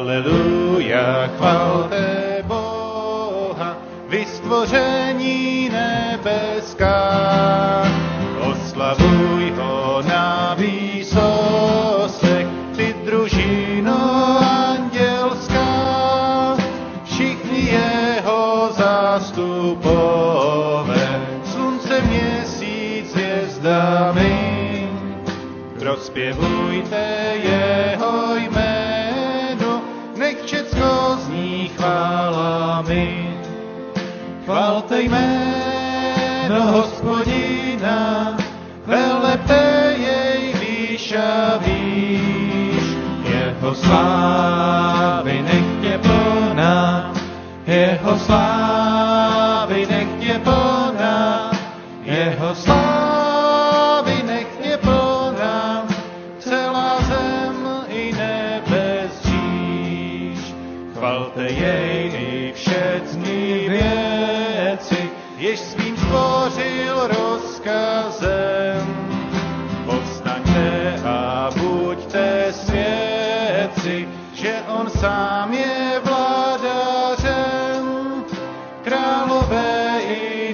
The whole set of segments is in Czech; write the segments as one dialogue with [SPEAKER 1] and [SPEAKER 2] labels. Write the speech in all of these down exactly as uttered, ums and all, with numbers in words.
[SPEAKER 1] Haleluja, chvalte Boha, vystvoření nebeská. Oslavuj ho na výsostech, ty družino andělská. Všichni jeho zástupové, slunce, měsíc, hvězdami. Rozpěvujte jeho jméno, nech všecko zní chválami. Chvalte jméno Hospodina, velepte jej výš a výš. Jeho slávy nechtě plná, jeho slávy nechtě plná, jeho slávy nechtě plná, celá zem i nebe zříš. Chvalte jej i všechny věci, jež svým stvořil rozkazem. Povstaňte a buďte svědci, že on sám je vládařem. Králové i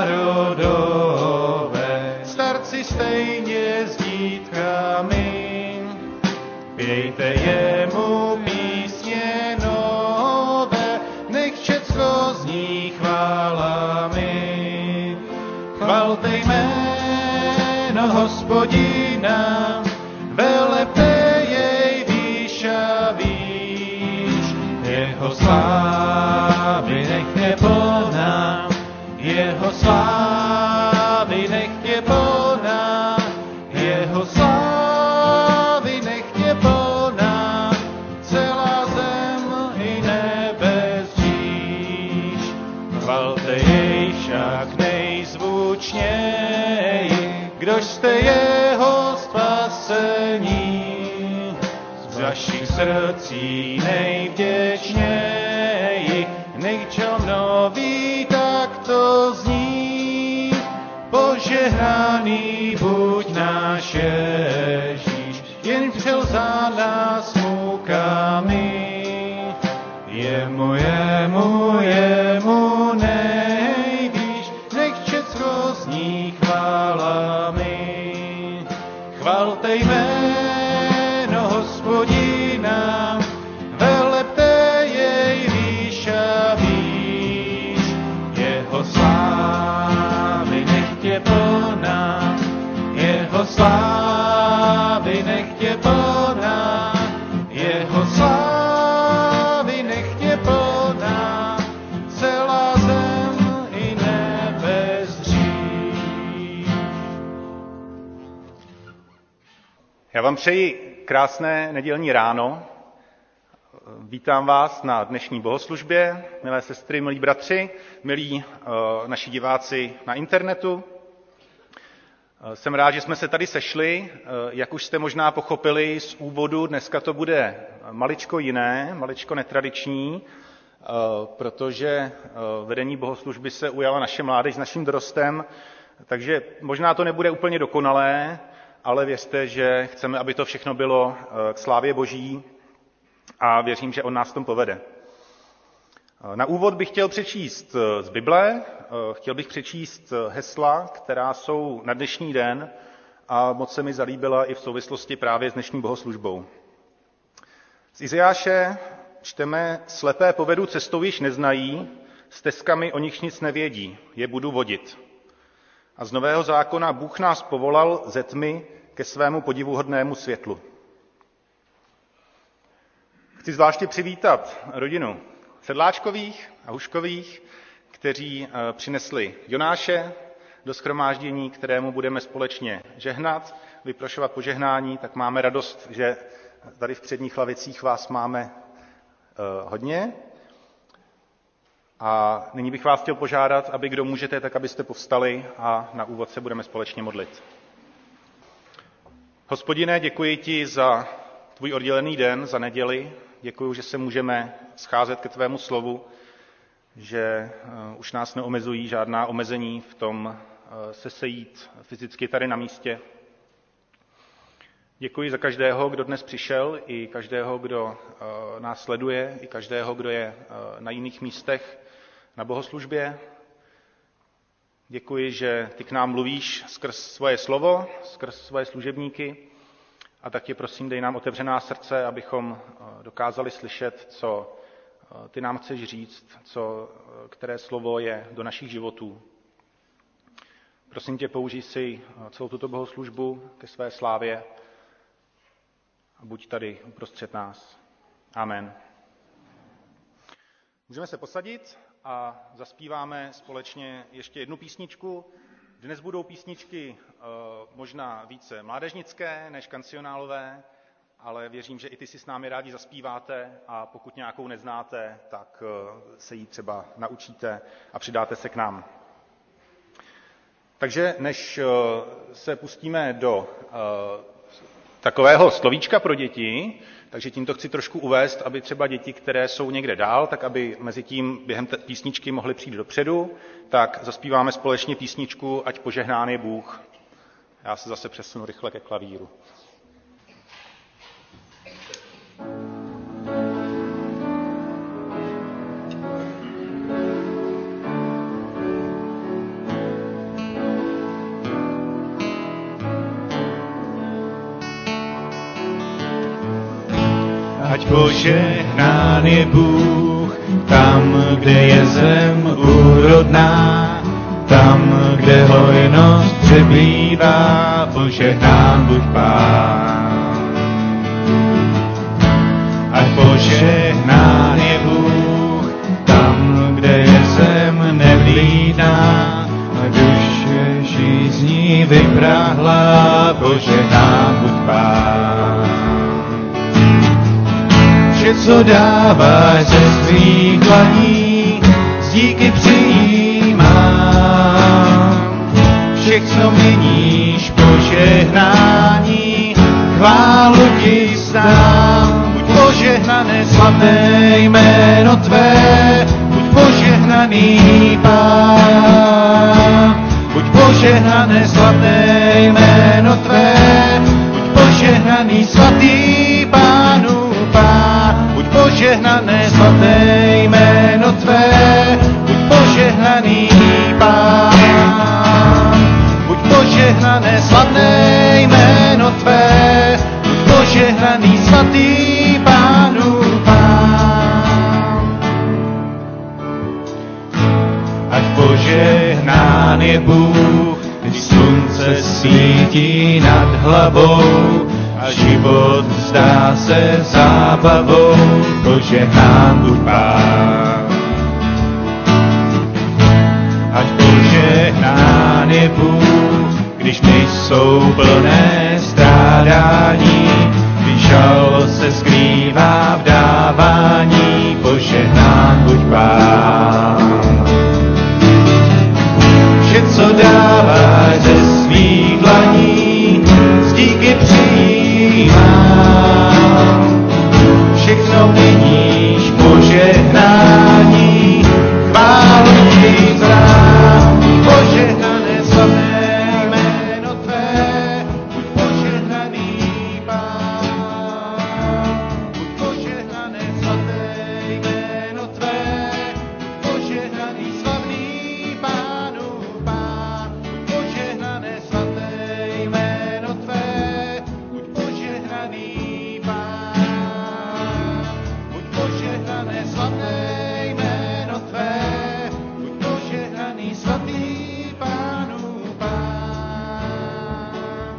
[SPEAKER 1] národové, starci stejně s dítkami, pějte jemu písně nové, nech všecko zní chválami. Chvalte jméno Hospodina, velepte jej výš a výš. Jeho slávy nechtě plná, jeho slávy nechtě plná, jeho slávy nechtě plná, celá zem i nebe zříš. Chvalte jej však nejzvučněji, kdož jste jeho spasení. Z vašich srdcí nejvděčněji, nech čelnový takto zní. Požehnaný buď náš Ježíš, jen přel za nás mukami. Jemu, jemu, jemu nejvíš, nech všecko zní chválami. Chvalte jméno Hospodina, velepte jej výš a výš. Jeho slávy nechtě plná, jeho slávy nechtě plná, jeho slávy nechtě plná, celá zem i nebe zříš. Já vám přeji krásné nedělní ráno. Vítám vás na dnešní bohoslužbě, milé sestry, milí bratři, milí uh, naši diváci na internetu. Uh, jsem rád, že jsme se tady sešli. Uh, jak už jste možná pochopili z úvodu, dneska to bude maličko jiné, maličko netradiční, uh, protože uh, vedení bohoslužby se ujala naše mládež s naším dorostem, takže možná to nebude úplně dokonalé, ale věřte, že chceme, aby to všechno bylo uh, k slávě Boží, a věřím, že on nás v tom povede. Na úvod bych chtěl přečíst z Bible, chtěl bych přečíst hesla, která jsou na dnešní den a moc se mi zalíbila i v souvislosti právě s dnešní bohoslužbou. Z Izajáše čteme: slepé povedu cestou, již neznají, stezkami, o nichž nic nevědí, je budu vodit. A z Nového zákona: Bůh nás povolal ze tmy ke svému podivuhodnému světlu. Chci zvláště přivítat rodinu Sedláčkových a Huškových, kteří přinesli Jonáše do shromáždění, kterému budeme společně žehnat, vyprošovat požehnání. Tak máme radost, že tady v předních lavicích vás máme hodně. A nyní bych vás chtěl požádat, aby kdo můžete, tak abyste povstali a na úvod se budeme společně modlit. Hospodine, děkuji ti za tvůj oddělený den, za neděli. Děkuji, že se můžeme scházet ke tvému slovu, že už nás neomezují žádná omezení v tom se sejít fyzicky tady na místě. Děkuji za každého, kdo dnes přišel, i každého, kdo nás sleduje, i každého, kdo je na jiných místech na bohoslužbě. Děkuji, že ty k nám mluvíš skrz svoje slovo, skrz svoje služebníky a tak tě prosím, dej nám otevřená srdce, abychom dokázali slyšet, co ty nám chceš říct, co, které slovo je do našich životů. Prosím tě, použij si celou tuto bohoslužbu ke své slávě a buď tady uprostřed nás. Amen. Můžeme se posadit a zaspíváme společně ještě jednu písničku. Dnes budou písničky e, možná více mládežnické než kancionálové, ale věřím, že i ty si s námi rádi zaspíváte a pokud nějakou neznáte, tak e, se ji třeba naučíte a přidáte se k nám. Takže než e, se pustíme do e, takového slovíčka pro děti, takže tímto chci trošku uvést, aby třeba děti, které jsou někde dál, tak aby mezi tím během té písničky mohly přijít dopředu, tak zaspíváme společně písničku Ať požehnán je Bůh. Já se zase přesunu rychle ke klavíru.
[SPEAKER 2] Ať požehnán je Bůh, tam, kde je zem úrodná, tam, kde hojnost přebývá, požehnán buď Pán. Ať požehnán je Bůh, tam, kde je zem nevlídná, a duše žízní vypráhla, požehnán buď Pán. Vše, co dáváš ze svých dlaní, z díky přijímám. Všechno měníš požehnání, chválu ti vzdám. Buď požehnané slavné jméno tvé, buď požehnaný Pán. Buď požehnané slavné jméno tvé, buď požehnaný svatý Pánu Pán. Buď požehnané svaté jméno tvé, buď požehnaný Pán. Buď požehnané slavné jméno tvé, buď požehnaný svatý Pánu Pán. Ať požehnán je Bůh, když slunce svítí nad hlavou, a život zdá se zábavou, požehnán buď Pán. Ať požehnán je Bůh, když my jsou plné strádání, když žal se skrývá v dávání, požehnán buď Pán. Vše, co dáváš ze svých dlaní, z díky přijímám. Všechno měníš požehnání, chválu ti vzdám. Požehnané slavné jméno tvé, buď požehnaný Pán. Buď požehnané svaté jméno tvé, buď požehnaný slavný Pánu Pán. Buď požehnané svaté jméno tvé, buď požehnaný Pán. Buď požehnané slavné jméno tvé, buď požehnaný svatý Pánu Pán.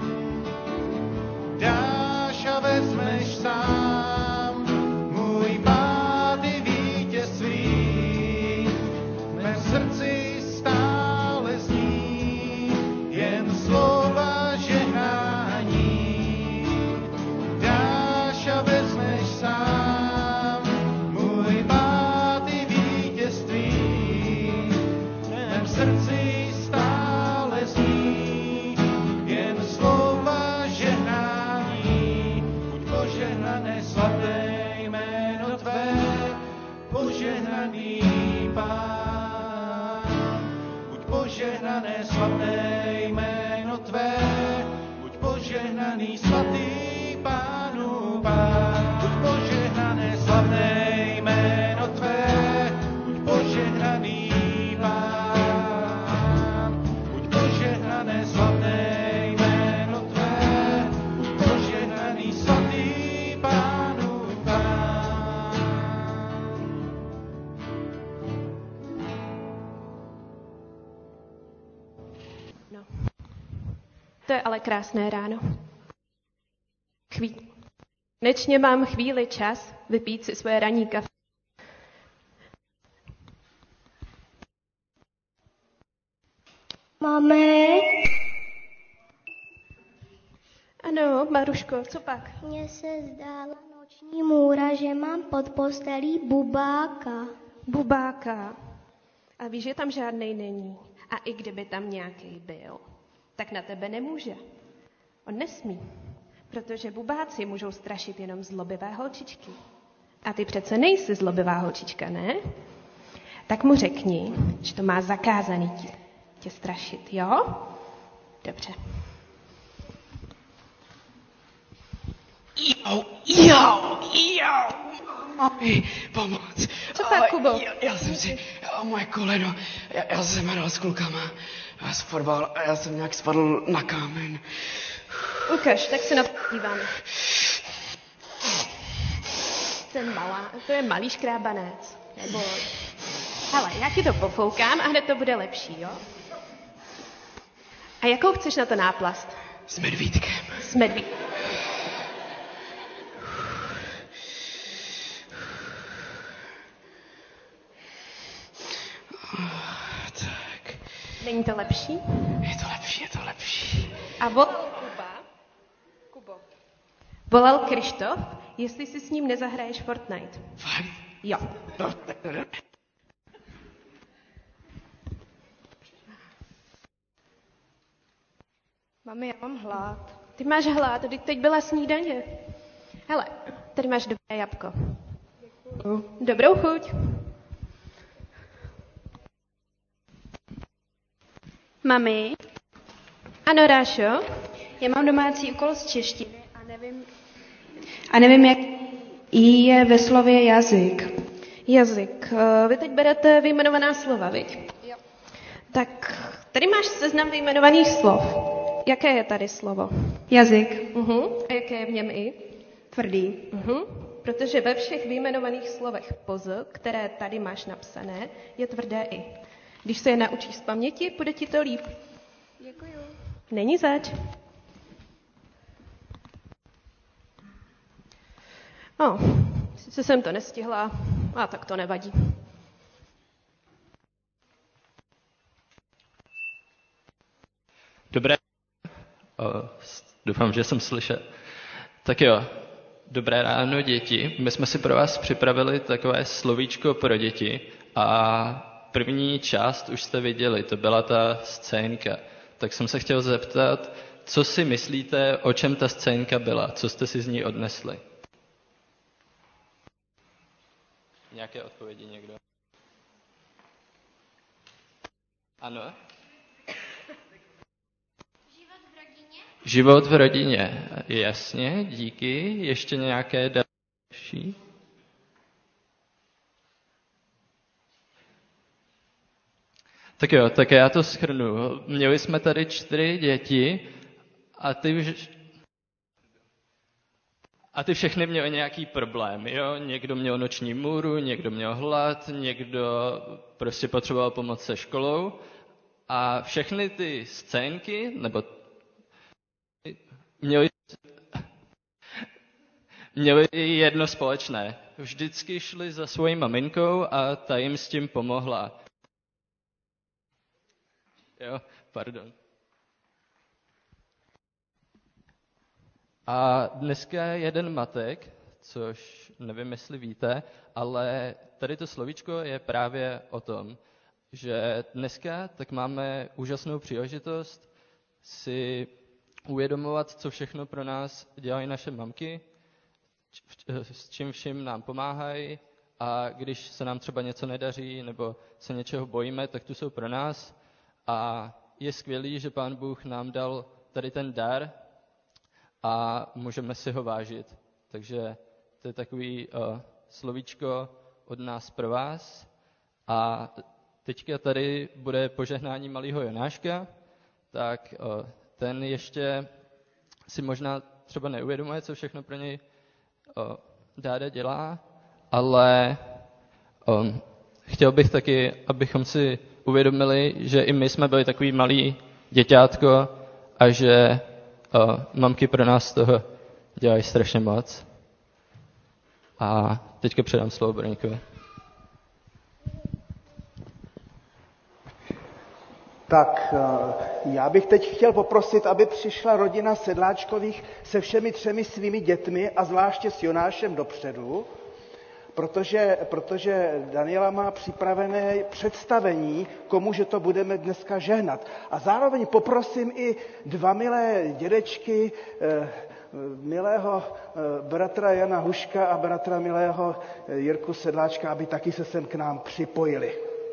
[SPEAKER 2] Dáš a vezmeš sám, můj pád i vítězství, v mém srdci stále zní jen slova žehnání. Dáš a vezmeš sám, můj pád i vítězství, v mém srdci stále zní jen slova žehnání. Buď požehnané svaté jméno tvé, požehnaný Pán. Buď požehnané svaté jméno tvé, buď požehnaný svatý
[SPEAKER 3] ráno. To je ale krásné ráno. Chví... Konečně mám chvíli čas vypít si svoje ranní kafe.
[SPEAKER 4] Máme?
[SPEAKER 3] Ano, Maruško, co pak?
[SPEAKER 4] Mně se zdála noční můra, že mám pod postelí bubáka.
[SPEAKER 3] Bubáka. A víš, že tam žádnej není. A i kdyby tam nějaký byl, tak na tebe nemůže. On nesmí, protože bubáci můžou strašit jenom zlobivé holčičky. A ty přece nejsi zlobivá holčička, ne? Tak mu řekni, že to má zakázaný tě, tě strašit, jo? Dobře.
[SPEAKER 5] Jo, jo, jo, mami, pomoc.
[SPEAKER 3] Co tak, Kubo?
[SPEAKER 5] Já, já jsem si, já, moje koleno, já, já jsem hrál s klukama, já jsem fotbal a já jsem nějak spadl na kámen.
[SPEAKER 3] Ukaž, tak se na to díváme. To je malá, to je malý škrábanec. Nebo... Hele, já ti to pofoukám a hned to bude lepší, jo? A jakou chceš na to náplast?
[SPEAKER 5] S medvídkem.
[SPEAKER 3] S medvídkem.
[SPEAKER 5] Tak.
[SPEAKER 3] Není to lepší?
[SPEAKER 5] Je to lepší, je to lepší.
[SPEAKER 3] A volal Kuba, Kubo, volal Krištof, jestli si s ním nezahraješ Fortnite.
[SPEAKER 5] Fakt?
[SPEAKER 3] Jo.
[SPEAKER 5] No, tak to jde.
[SPEAKER 4] Mami, já mám hlad.
[SPEAKER 3] Ty máš hlad, teď teď byla snídaně. Hele, tady máš dobré jabko. Děkuju. Dobrou chuť.
[SPEAKER 6] Mami,
[SPEAKER 3] Ano, Rášo?
[SPEAKER 6] já mám domácí úkol z češtiny a nevím, a nevím, jak jí je ve slově jazyk.
[SPEAKER 3] Jazyk. Eh, Vy teď berete vyjmenovaná slova, viď? Jo. Tak tady máš seznam vyjmenovaných slov. Jaké je tady slovo?
[SPEAKER 6] Jazyk.
[SPEAKER 3] Uh-huh. A jaké je v něm i?
[SPEAKER 6] Tvrdý.
[SPEAKER 3] Uh-huh. Protože ve všech vyjmenovaných slovech poz, které tady máš napsané, je tvrdé i. Když se je naučíš z paměti, bude ti to líp.
[SPEAKER 6] Děkuju.
[SPEAKER 3] Není zač. No, sice jsem to nestihla, a tak to nevadí.
[SPEAKER 7] Dobré, o, doufám, že jsem slyšet. Tak jo, dobré ráno, děti. My jsme si pro vás připravili takové slovíčko pro děti a první část už jste viděli, to byla ta scénka. Tak jsem se chtěl zeptat, co si myslíte, o čem ta scénka byla, co jste si z ní odnesli? Nějaké odpovědi někdo? Ano? Život v rodině, jasně, díky. Ještě nějaké další? Tak jo, tak já to shrnu. Měli jsme tady čtyři děti a ty už... A ty všechny měly nějaký problém, jo? Někdo měl noční můru, někdo měl hlad, někdo prostě potřeboval pomoc se školou. A všechny ty scénky, nebo měli, měli jedno společné. Vždycky šli za svojí maminkou a ta jim s tím pomohla. Jo, pardon. A dneska je jeden matek, což nevím, jestli víte, ale tady to slovíčko je právě o tom, že dneska tak máme úžasnou příležitost si uvědomovat, co všechno pro nás dělají naše mamky, s čím vším nám pomáhají a když se nám třeba něco nedaří nebo se něčeho bojíme, tak tu jsou pro nás. A je skvělý, že Pán Bůh nám dal tady ten dar a můžeme si ho vážit. Takže to je takový uh, slovíčko od nás pro vás. A teďka tady bude požehnání malého Jonáška, tak uh, ten ještě si možná třeba neuvědomuje, co všechno pro něj uh, Dáda dělá, ale um, chtěl bych taky, abychom si uvědomili, že i my jsme byli takový malí děťátko a že uh, mamky pro nás toho dělají strašně moc. A teďka předám slovo Braňkovi.
[SPEAKER 8] Tak já bych teď chtěl poprosit, aby přišla rodina Sedláčkových se všemi třemi svými dětmi a zvláště s Jonášem dopředu, protože, protože Daniela má připravené představení, komu že to budeme dneska žehnat. A zároveň poprosím i dva milé dědečky, milého bratra Jana Huška a bratra milého Jirku Sedláčka, aby taky se sem k nám připojili.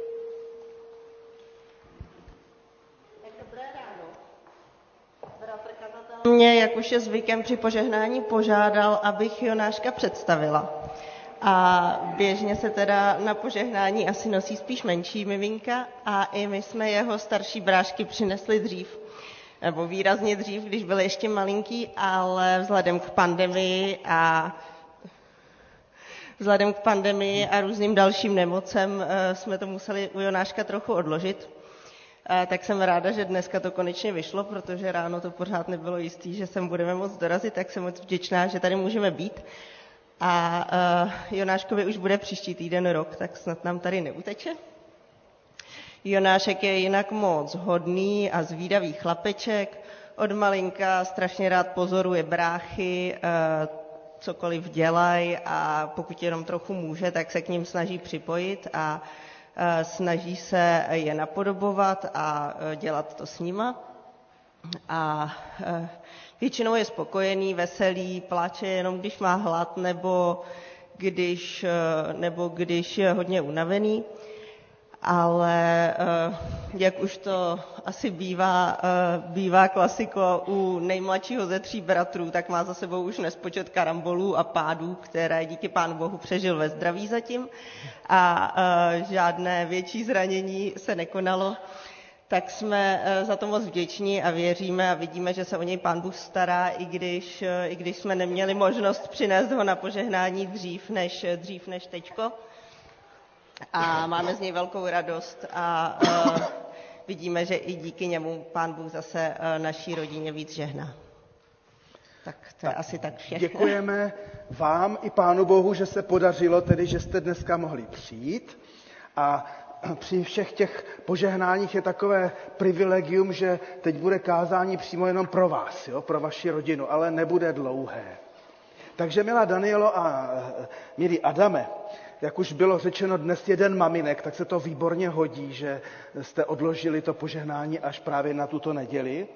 [SPEAKER 9] Mě, jak už je zvykem při požehnání, požádal, abych Jonáška představila. A běžně se teda na požehnání asi nosí spíš menší miminka a i my jsme jeho starší brášky přinesli dřív, nebo výrazně dřív, když byl ještě malinký, ale vzhledem k pandemii a vzhledem k pandemii a různým dalším nemocem jsme to museli u Jonáška trochu odložit. A tak jsem ráda, že dneska to konečně vyšlo, protože ráno to pořád nebylo jistý, že sem budeme moc dorazit, tak jsem moc vděčná, že tady můžeme být. A uh, Jonáškovi už bude příští týden rok, tak snad nám tady neuteče. Jonášek je jinak moc hodný a zvídavý chlapeček. Od malinka strašně rád pozoruje bráchy, uh, cokoliv dělají a pokud jenom trochu může, tak se k ním snaží připojit a snaží se je napodobovat a dělat to s nima. A většinou je spokojený, veselý, pláče jenom když má hlad nebo když, nebo když je hodně unavený. Ale jak už to asi bývá, bývá klasiko u nejmladšího ze tří bratrů, tak má za sebou už nespočet karambolů a pádů, které díky Pánu Bohu přežil ve zdraví zatím a žádné větší zranění se nekonalo. Tak jsme za to moc vděční a věříme a vidíme, že se o něj Pán Bůh stará, i když, i když jsme neměli možnost přinést ho na požehnání dřív než, dřív než teďko. A máme z něj velkou radost a uh, vidíme, že i díky němu Pán Bůh zase uh, naší rodině víc žehná. Tak to je tak, asi tak všechno.
[SPEAKER 8] Děkujeme vám i Pánu Bohu, že se podařilo tedy, že jste dneska mohli přijít. A při všech těch požehnáních je takové privilegium, že teď bude kázání přímo jenom pro vás, jo, pro vaši rodinu, ale nebude dlouhé. Takže milá Danielo a milý Adame, jak už bylo řečeno dnes jeden maminek, tak se to výborně hodí, že jste odložili to požehnání až právě na tuto neděli.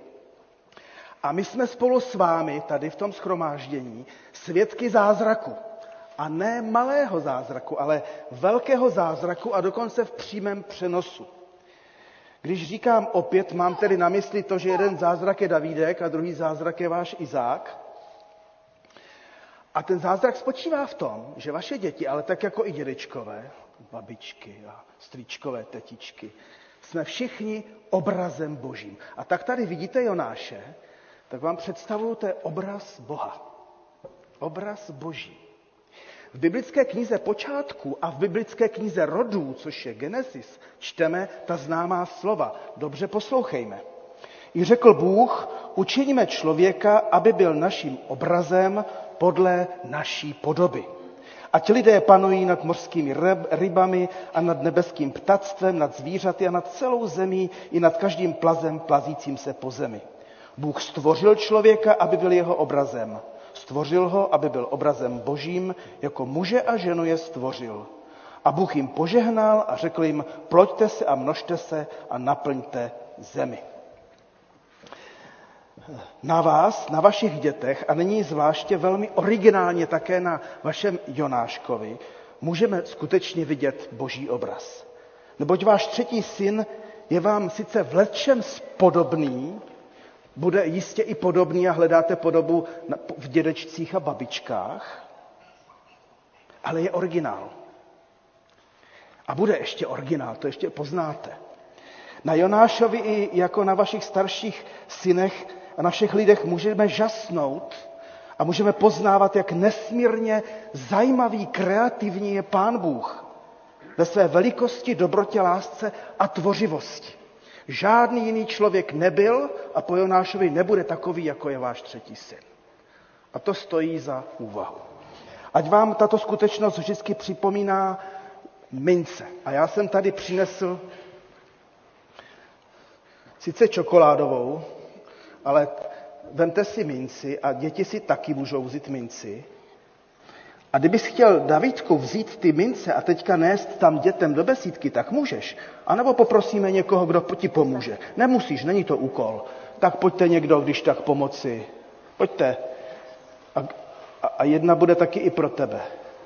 [SPEAKER 8] A my jsme spolu s vámi tady v tom shromáždění svědky zázraku. A ne malého zázraku, ale velkého zázraku a dokonce v přímém přenosu. Když říkám opět, mám tedy na mysli to, že jeden zázrak je Davídek a druhý zázrak je váš Izák. A ten zázrak spočívá v tom, že vaše děti, ale tak jako i dědečkové, babičky a strýčkové, tetičky, jsme všichni obrazem Božím. A tak tady vidíte Jonáše, tak vám představuju, to je obraz Boha. Obraz Boží. V biblické knize počátku a v biblické knize rodů, což je Genesis, čteme ta známá slova. Dobře poslouchejme. I řekl Bůh, učiníme člověka, aby byl naším obrazem podle naší podoby. Ať lidé panují nad mořskými rybami a nad nebeským ptactvem, nad zvířaty a nad celou zemí i nad každým plazem plazícím se po zemi. Bůh stvořil člověka, aby byl jeho obrazem. Stvořil ho, aby byl obrazem Božím, jako muže a ženu je stvořil. A Bůh jim požehnal a řekl jim, ploďte se a množte se a naplňte zemi. Na vás, na vašich dětech a nyní zvláště velmi originálně také na vašem Jonáškovi můžeme skutečně vidět Boží obraz. Neboť váš třetí syn je vám sice v lecčem podobný, bude jistě i podobný a hledáte podobu v dědečcích a babičkách, ale je originál. A bude ještě originál, to ještě poznáte. Na Jonášovi i jako na vašich starších synech a na všech lidech můžeme žasnout a můžeme poznávat, jak nesmírně zajímavý, kreativní je Pán Bůh ve své velikosti, dobrotě, lásce a tvořivosti. Žádný jiný člověk nebyl a po Jonášovi nebude takový, jako je váš třetí syn. A to stojí za úvahu. Ať vám tato skutečnost vždycky připomíná mince. A já jsem tady přinesl sice čokoládovou, ale vemte si minci a děti si taky můžou vzít minci. A kdybys chtěl, Davidku, vzít ty mince a teďka nést tam dětem do besídky, tak můžeš. A nebo poprosíme někoho, kdo ti pomůže. Nemusíš, není to úkol. Tak pojďte někdo, když tak pomoci. Pojďte. A, a, a jedna bude taky i pro tebe.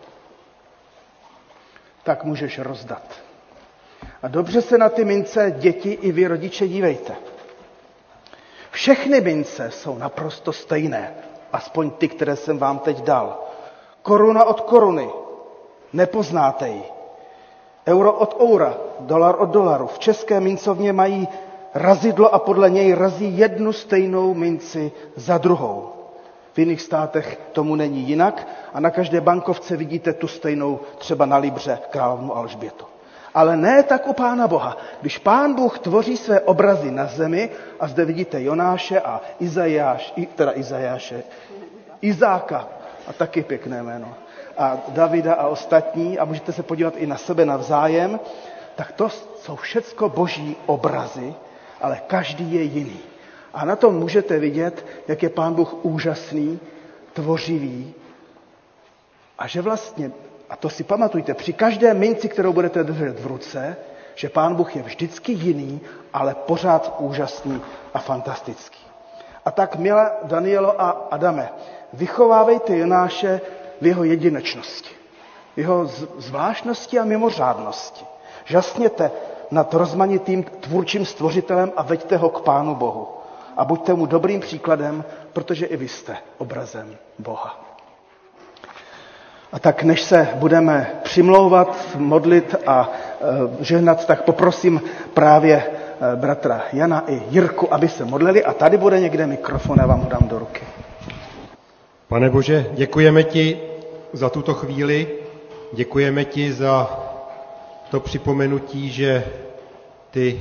[SPEAKER 8] Tak můžeš rozdat. A dobře se na ty mince děti i vy rodiče dívejte. Všechny mince jsou naprosto stejné. Aspoň ty, které jsem vám teď dal. Koruna od koruny. Nepoznáte ji. Euro od eura. Dolar od dolaru. V české mincovně mají razidlo a podle něj razí jednu stejnou minci za druhou. V jiných státech tomu není jinak a na každé bankovce vidíte tu stejnou, třeba na libře královnu Alžbětu. Ale ne tak u Pána Boha. Když Pán Bůh tvoří své obrazy na zemi, a zde vidíte Jonáše a Izajáš, teda Izajáše, Izáka, a taky pěkné jméno, a Davida a ostatní, a můžete se podívat i na sebe navzájem, tak to jsou všecko boží obrazy, ale každý je jiný. A na tom můžete vidět, jak je Pán Bůh úžasný, tvořivý a že vlastně, a to si pamatujte, při každé minci, kterou budete držet v ruce, že Pán Bůh je vždycky jiný, ale pořád úžasný a fantastický. A tak, milé Danielo a Adame, vychovávejte Jonáše v jeho jedinečnosti, v jeho zvláštnosti a mimořádnosti. Žasněte nad rozmanitým tvůrčím stvořitelem a veďte ho k Pánu Bohu. A buďte mu dobrým příkladem, protože i vy jste obrazem Boha. A tak než se budeme přimlouvat, modlit a e, žehnat, tak poprosím právě e, bratra Jana i Jirku, aby se modlili. A tady bude někde mikrofon, já vám ho dám do ruky.
[SPEAKER 10] Pane Bože, děkujeme ti za tuto chvíli, děkujeme ti za to připomenutí, že ty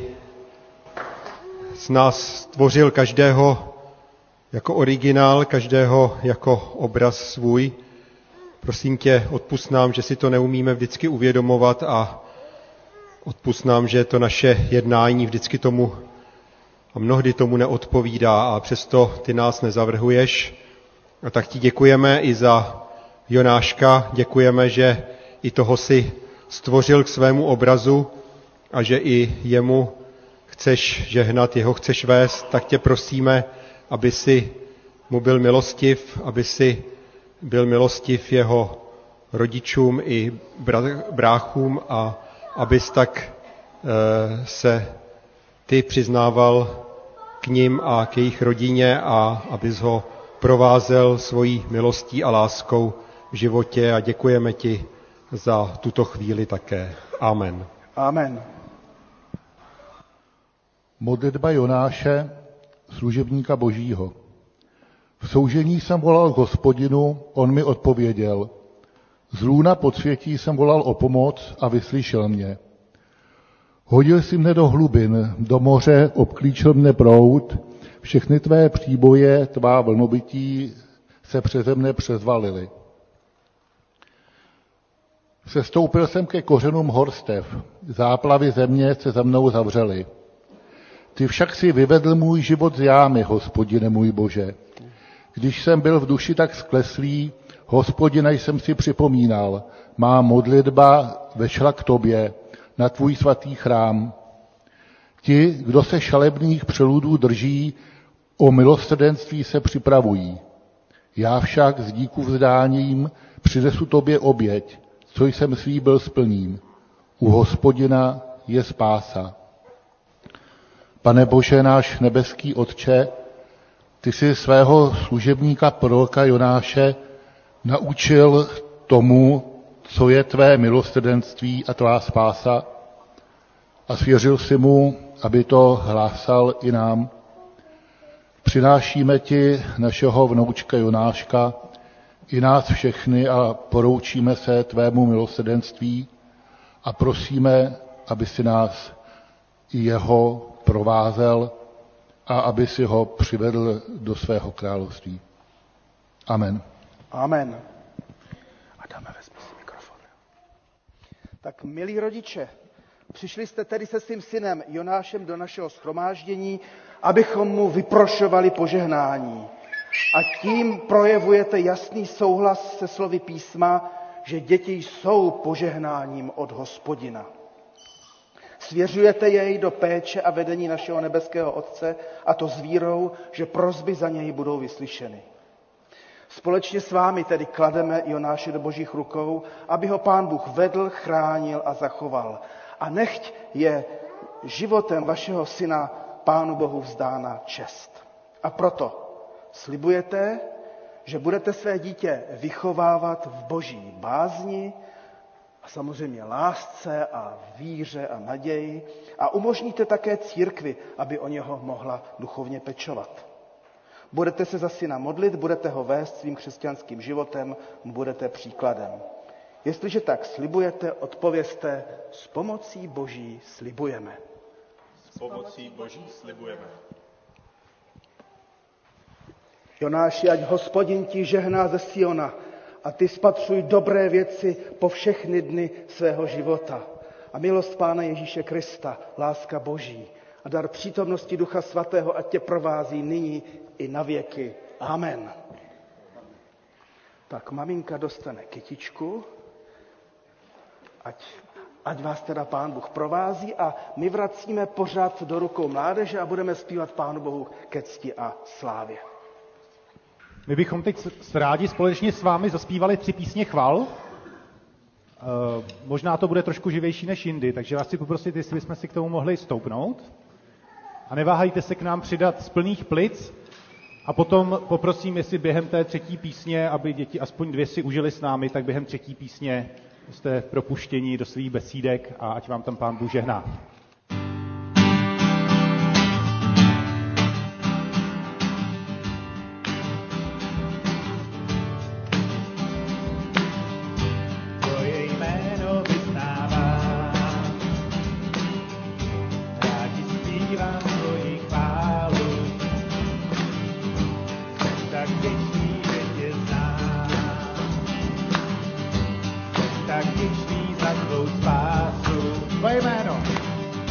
[SPEAKER 10] z nás stvořil každého jako originál, každého jako obraz svůj. Prosím tě, odpusť nám, že si to neumíme vždycky uvědomovat a odpusť nám, že to naše jednání vždycky tomu a mnohdy tomu neodpovídá a přesto ty nás nezavrhuješ. A tak ti děkujeme i za Jonáška, děkujeme, že i toho si stvořil k svému obrazu a že i jemu chceš žehnat, jeho chceš vést, tak tě prosíme, aby si mu byl milostiv, aby si byl milostiv jeho rodičům i bráchům a abys tak e, se ty přiznával k nim a k jejich rodině a abys ho provázel svojí milostí a láskou v životě a děkujeme ti za tuto chvíli také. Amen.
[SPEAKER 8] Amen.
[SPEAKER 11] Modlitba Jonáše, služebníka Božího. V soužení jsem volal k Hospodinu, on mi odpověděl. Z lůna podsvětí jsem volal o pomoc a vyslyšel mě. Hodil si mne do hlubin, do moře, obklíčil mne proud, všechny tvé příboje, tvá vlnobytí se přeze mne přezvalily. Sestoupil jsem ke kořenům horstev, záplavy země se za mnou zavřely. Ty však si vyvedl můj život z jámy, Hospodine můj Bože. Když jsem byl v duši tak skleslý, Hospodine, jsem si připomínal, má modlitba vešla k tobě, na tvůj svatý chrám. Ti, kdo se šalebných přeludů drží, o milosrdenství se připravují. Já však s díku vzdáním přinesu tobě oběť, co jsem slíbil splním. U Hospodina je spása. Pane Bože, náš nebeský Otče, ty jsi svého služebníka proroka Jonáše naučil tomu, co je tvé milosrdenství a tvá spása a svěřil si mu, aby to hlásal i nám. Přinášíme ti našeho vnoučka Jonáška i nás všechny a poroučíme se tvému milosrdenství a prosíme, aby si nás i jeho provázel a aby si ho přivedl do svého království. Amen.
[SPEAKER 8] Amen. Adame, vezmi si mikrofon. Tak, milí rodiče, přišli jste tedy se svým synem Jonášem do našeho shromáždění, abychom mu vyprošovali požehnání. A tím projevujete jasný souhlas se slovy písma, že děti jsou požehnáním od Hospodina. Svěřujete jej do péče a vedení našeho nebeského Otce, a to s vírou, že prosby za něj budou vyslyšeny. Společně s vámi tedy klademe Jonáše do Božích rukou, aby ho Pán Bůh vedl, chránil a zachoval. A nechť je životem vašeho syna Pánu Bohu vzdána čest. A proto slibujete, že budete své dítě vychovávat v Boží bázni a samozřejmě lásce a víře a naději a umožníte také církvi, aby o něho mohla duchovně pečovat. Budete se za syna modlit, budete ho vést svým křesťanským životem, budete příkladem. Jestliže tak slibujete, odpovězte, s pomocí Boží slibujeme.
[SPEAKER 1] S pomocí Boží slibujeme.
[SPEAKER 8] Jonáši, ať Hospodin ti žehná ze Siona a ty spatřuj dobré věci po všechny dny svého života. A milost Pána Ježíše Krista, láska Boží a dar přítomnosti Ducha Svatého, ať tě provází nyní i na věky. Amen. Tak maminka dostane kytičku, ať, ať vás teda Pán Bůh provází, a my vracíme pořád do rukou mládeže a budeme zpívat Pánu Bohu ke cti a slávě.
[SPEAKER 12] My bychom teď rádi společně s vámi zaspívali tři písně chval. E, možná to bude trošku živější než jindy, takže vás chci poprosit, jestli bychom si k tomu mohli stoupnout. A neváhejte se k nám přidat z plných plic. A potom poprosím, jestli během té třetí písně, aby děti aspoň dvě si užili s námi, tak během třetí písně jste propuštěni do svých besídek a ať vám tam Pán Bůh žehná.
[SPEAKER 13] Tvoje jméno.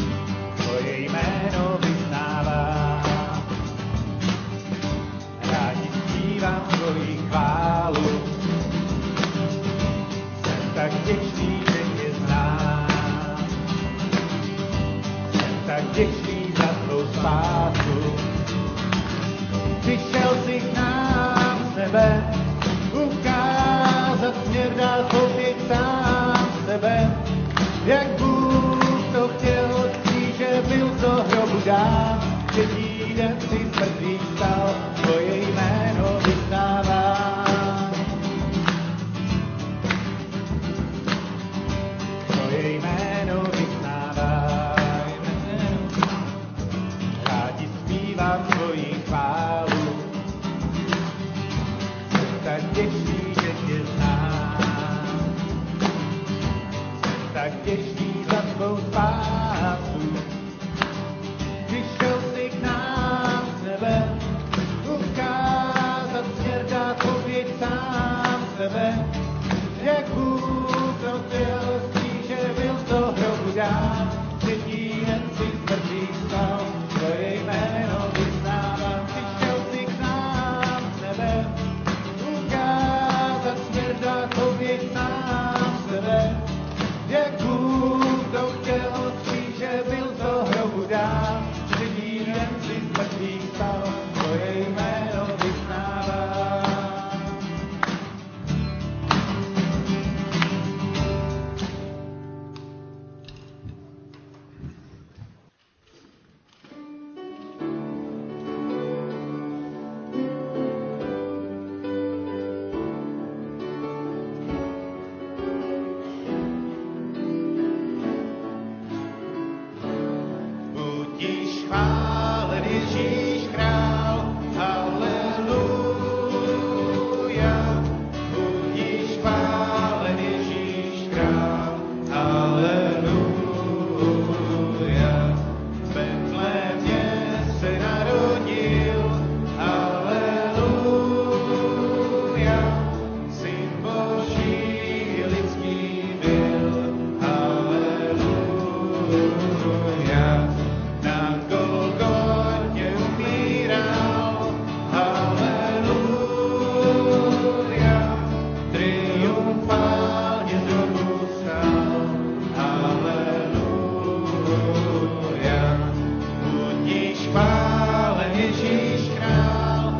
[SPEAKER 2] chválen Ježíš král,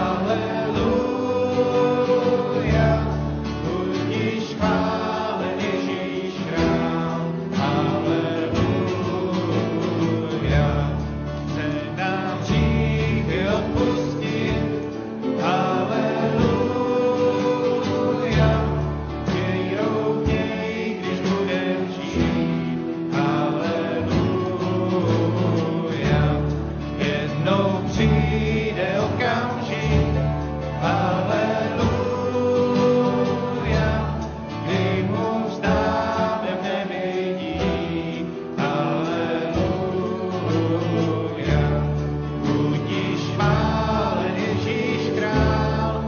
[SPEAKER 2] haleluja. Budiš chválen Ježíš král, haleluja. Chce nám hříchy odpustit, haleluja. Věrou v něj, když budem žít, haleluja. Jednou přijde okamžik, haleluja, kdy mu vzdáme v nebi dík, haleluja. Budiš chválen Ježíš král,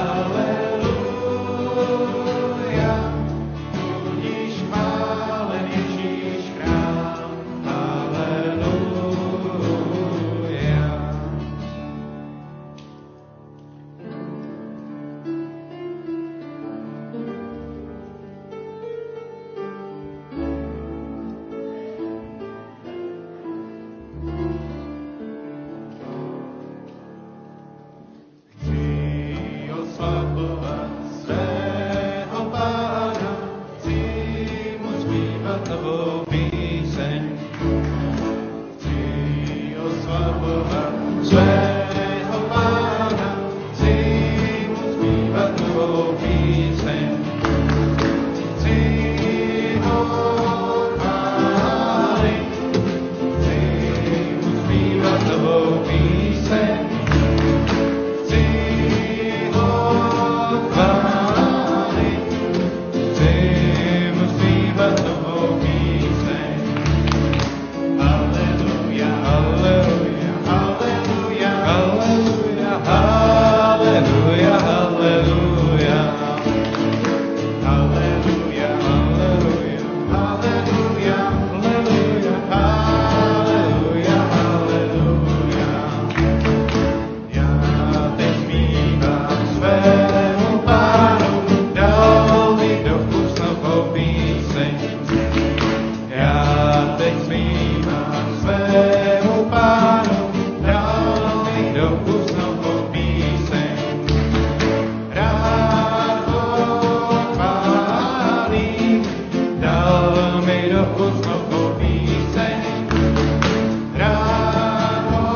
[SPEAKER 2] haleluja. Budiš chválen Ježíš král, haleluja. Chci oslavovat svého Pána, chci mu zpívat novou píseň. Chci oslavovat svého Pána, chci mu zpívat novou píseň. Chci ho chválit, chci mu zpívat novou píseň. Chci ho chválit, chci mu zpívat novou píseň. Haleluja, haleluja, haleluja, haleluja, haleluja, haleluja. Haleluja, haleluja, haleluja, haleluja, haleluja, haleluja. Já teď zpívám svému Pánu, dal mi do úst novou píseň. Já teď zpívám svému Pánu, dal mi do úst novou píseň. Rád ho chválím, dal mi do úst novou píseň. Rád ho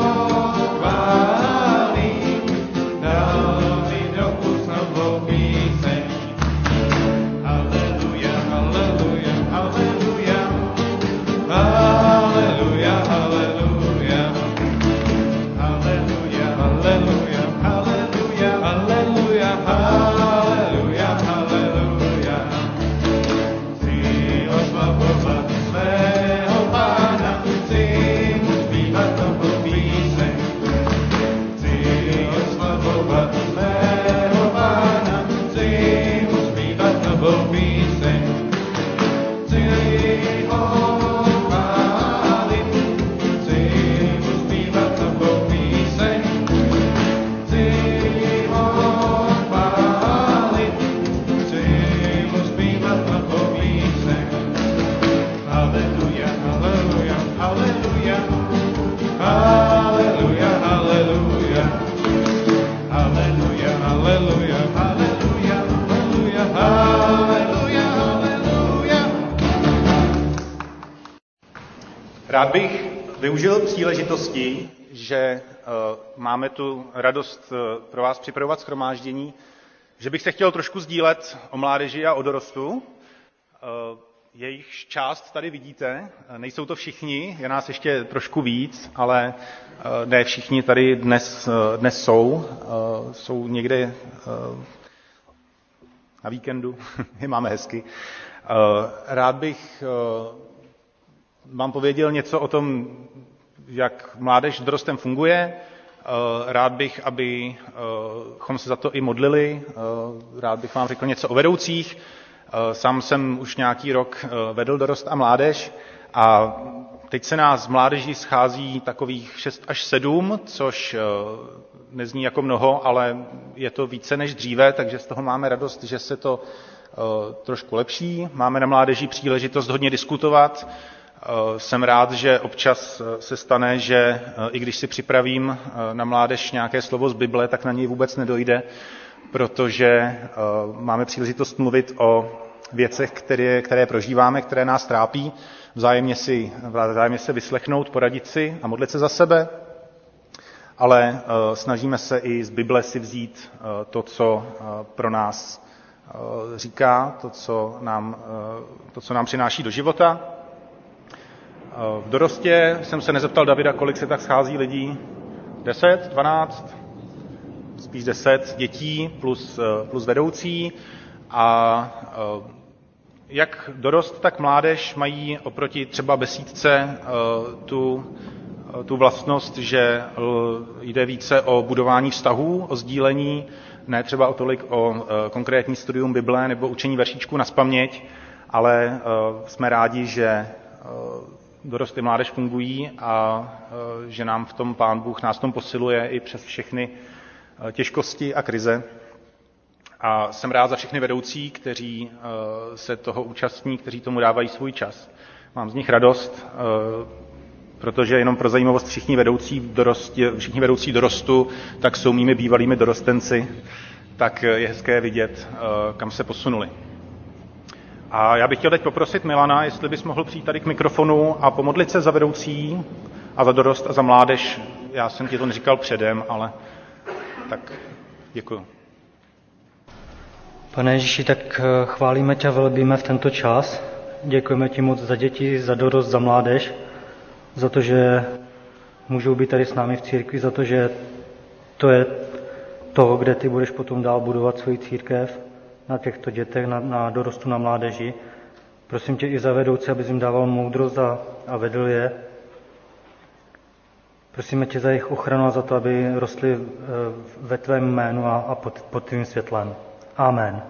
[SPEAKER 2] chválím, dal mi do úst novou píseň. Haleluja, haleluja, haleluja. Haleluja, haleluja. Haleluja, haleluja, haleluja, haleluja, haleluja, haleluja. Chci oslavovat svého Pána, chci mu zpívat novou píseň. Chci oslavovat svého Pána, chci mu zpívat novou píseň. Chci ho chválit, chci mu zpívat novou píseň. Chci ho chválit, chci mu zpívat novou píseň. Haleluja, haleluja, haleluja. Haleluja, haleluja. Haleluja, haleluja, haleluja, haleluja, haleluja, haleluja.
[SPEAKER 1] Rád bych využil příležitosti, že uh, máme tu radost uh, pro vás připravovat shromáždění, že bych se chtěl trošku sdílet o mládeži a o dorostu. Uh, jejich část tady vidíte, nejsou to všichni, je nás ještě trošku víc, ale uh, ne všichni tady dnes, uh, dnes jsou. Uh, jsou někde uh, na víkendu, je máme hezky. Uh, rád bych uh, vám pověděl něco o tom, jak mládež s dorostem funguje. Rád bych, abychom se za to i modlili. Rád bych vám řekl něco o vedoucích. Sám jsem už nějaký rok vedl dorost a mládež a teď se nás z mládeží schází takových šest až sedm, což nezní jako mnoho, ale je to více než dříve, takže z toho máme radost, že se to trošku lepší. Máme na mládeži příležitost hodně diskutovat, Jsem rád, že občas se stane, že i když si připravím na mládež nějaké slovo z Bible, tak na něj vůbec nedojde, protože máme příležitost mluvit o věcech, které, které prožíváme, které nás trápí, vzájemně, si, vzájemně se vyslechnout, poradit si a modlit se za sebe, ale snažíme se i z Bible si vzít to, co pro nás říká, to, co nám, to, co nám přináší do života. V dorostě jsem se nezeptal Davida, kolik se tak schází lidí. Deset, dvanáct, spíš deset dětí plus, plus vedoucí. A jak dorost, tak mládež mají oproti třeba besídce tu, tu vlastnost, že jde více o budování vztahů, o sdílení, ne třeba o tolik o konkrétní studium Bible nebo učení veršíčků nazpaměť, ale jsme rádi, že dorost i mládež fungují a že nám v tom Pán Bůh nás tom posiluje i přes všechny těžkosti a krize. A jsem rád za všechny vedoucí, kteří se toho účastní, kteří tomu dávají svůj čas. Mám z nich radost, protože jenom pro zajímavost všichni vedoucí, dorosti, všichni vedoucí dorostu, tak jsou mými bývalými dorostenci, tak je hezké vidět, kam se posunuli. A já bych chtěl teď poprosit Milana, jestli bys mohl přijít tady k mikrofonu a pomodlit se za vedoucí a za dorost a za mládež. Já jsem ti to neříkal předem, ale tak děkuju.
[SPEAKER 13] Pane Ježíši, tak chválíme tě a velebíme v tento čas. Děkujeme ti moc za děti, za dorost, za mládež, za to, že můžou být tady s námi v církvi, za to, že to je to, kde ty budeš potom dál budovat svoji církev na těchto dětech, na, na dorostu, na mládeži. Prosím tě i za vedoucí, abys jim dával moudrost a, a vedl je. Prosíme tě za jejich ochranu a za to, aby rostli ve tvém jménu a, a pod, pod tvým světlem. Amen.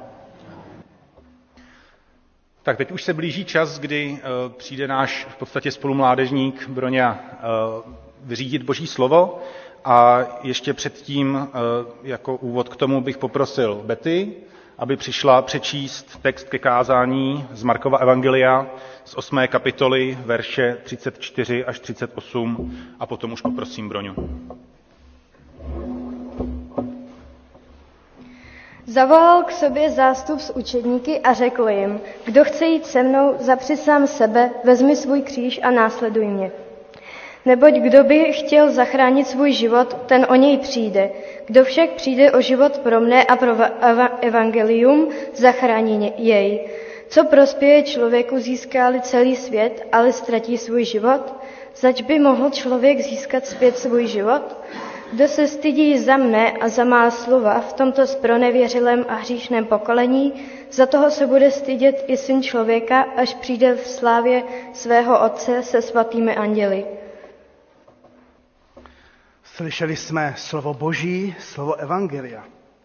[SPEAKER 1] Tak teď už se blíží čas, kdy uh, přijde náš v podstatě spolumládežník Broňa uh, vyřídit Boží slovo a ještě předtím uh, jako úvod k tomu bych poprosil Betty, aby přišla přečíst text ke kázání z Markova evangelia z osmé kapitoly, verše třicet čtyři až třicet osm a potom už poprosím Broňu.
[SPEAKER 14] Zavolal k sobě zástup s učedníky a řekl jim, kdo chce jít se mnou, zapři sám sebe, vezmi svůj kříž a následuj mě. Neboť kdo by chtěl zachránit svůj život, ten o něj přijde. Kdo však přijde o život pro mne a pro evangelium, zachrání jej. Co prospěje člověku, získá-li celý svět, ale ztratí svůj život? Zač by mohl člověk získat zpět svůj život? Kdo se stydí za mne a za má slova v tomto zpronevěřilém a hříšném pokolení, za toho se bude stydět i syn člověka, až přijde v slávě svého Otce se svatými anděli.
[SPEAKER 8] Slyšeli jsme slovo Boží, slovo evangelia.